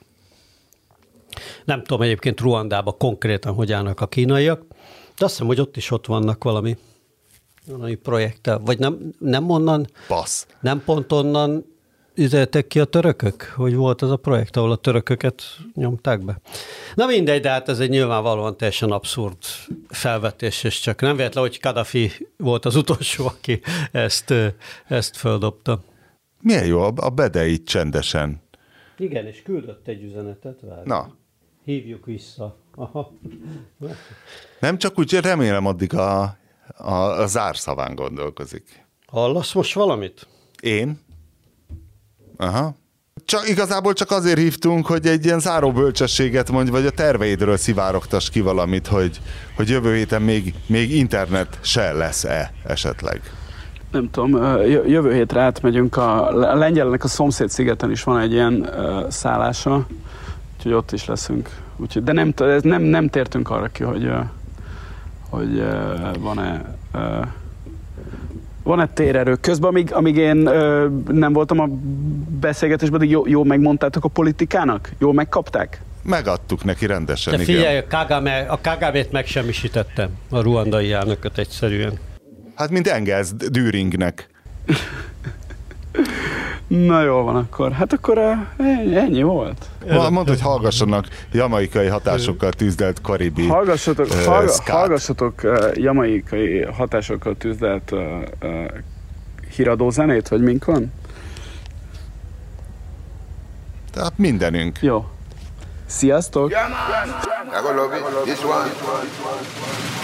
Nem tudom egyébként Ruandában konkrétan, hogy állnak a kínaiak, de azt hiszem, hogy ott is ott vannak valami, valami projekttel, vagy nem, nem onnan, Passz. nem pont onnan üzeltek ki a törökök, hogy volt az a projekt, ahol a törököket nyomták be. Na mindegy, de hát ez egy nyilvánvalóan teljesen abszurd felvetés, és csak nem véletlen, hogy Kadhafi volt az utolsó, aki ezt, ezt földobta. Milyen jó, a Bedei csendesen. Igen, és küldött egy üzenetet, várj. Na. Hívjuk vissza. Aha. Nem csak úgy, remélem addig a, a, a zárszaván gondolkozik. Hallasz most valamit? Én? Aha. Csak, igazából csak azért hívtunk, hogy egy ilyen záró bölcsességet mondj, vagy a terveidről szivárogtass ki valamit, hogy, hogy jövő héten még, még internet se lesz-e esetleg. Nem tudom, jövő hétre átmegyünk, a, a lengyelnek a szomszéd szigeten is van egy ilyen uh, szállása, úgyhogy ott is leszünk. Úgyhogy, de nem, nem, nem tértünk arra ki, hogy, uh, hogy uh, van-e... Uh, Van-e térerő? Közben, amíg, amíg én ö, nem voltam a beszélgetésben, jó, jó megmondtátok a politikának? Jól megkapták? Megadtuk neki rendesen, de figyelj, igen. a Kagame, a Kagame-t megsemmisítettem, a ruandai elnököt egyszerűen. Hát, mint Engels Düringnek. Na jól van akkor. Hát akkor ennyi, ennyi volt. Mondd, hogy hallgassanak jamaikai hatásokkal tűzdelt karibi Hallgassatok, uh, hallg- hallgassatok uh, jamaikai hatásokkal tűzdelt uh, uh, híradó zenét, vagy mink van? Tehát mindenünk. Jó. Sziasztok! I gonna love it. This one.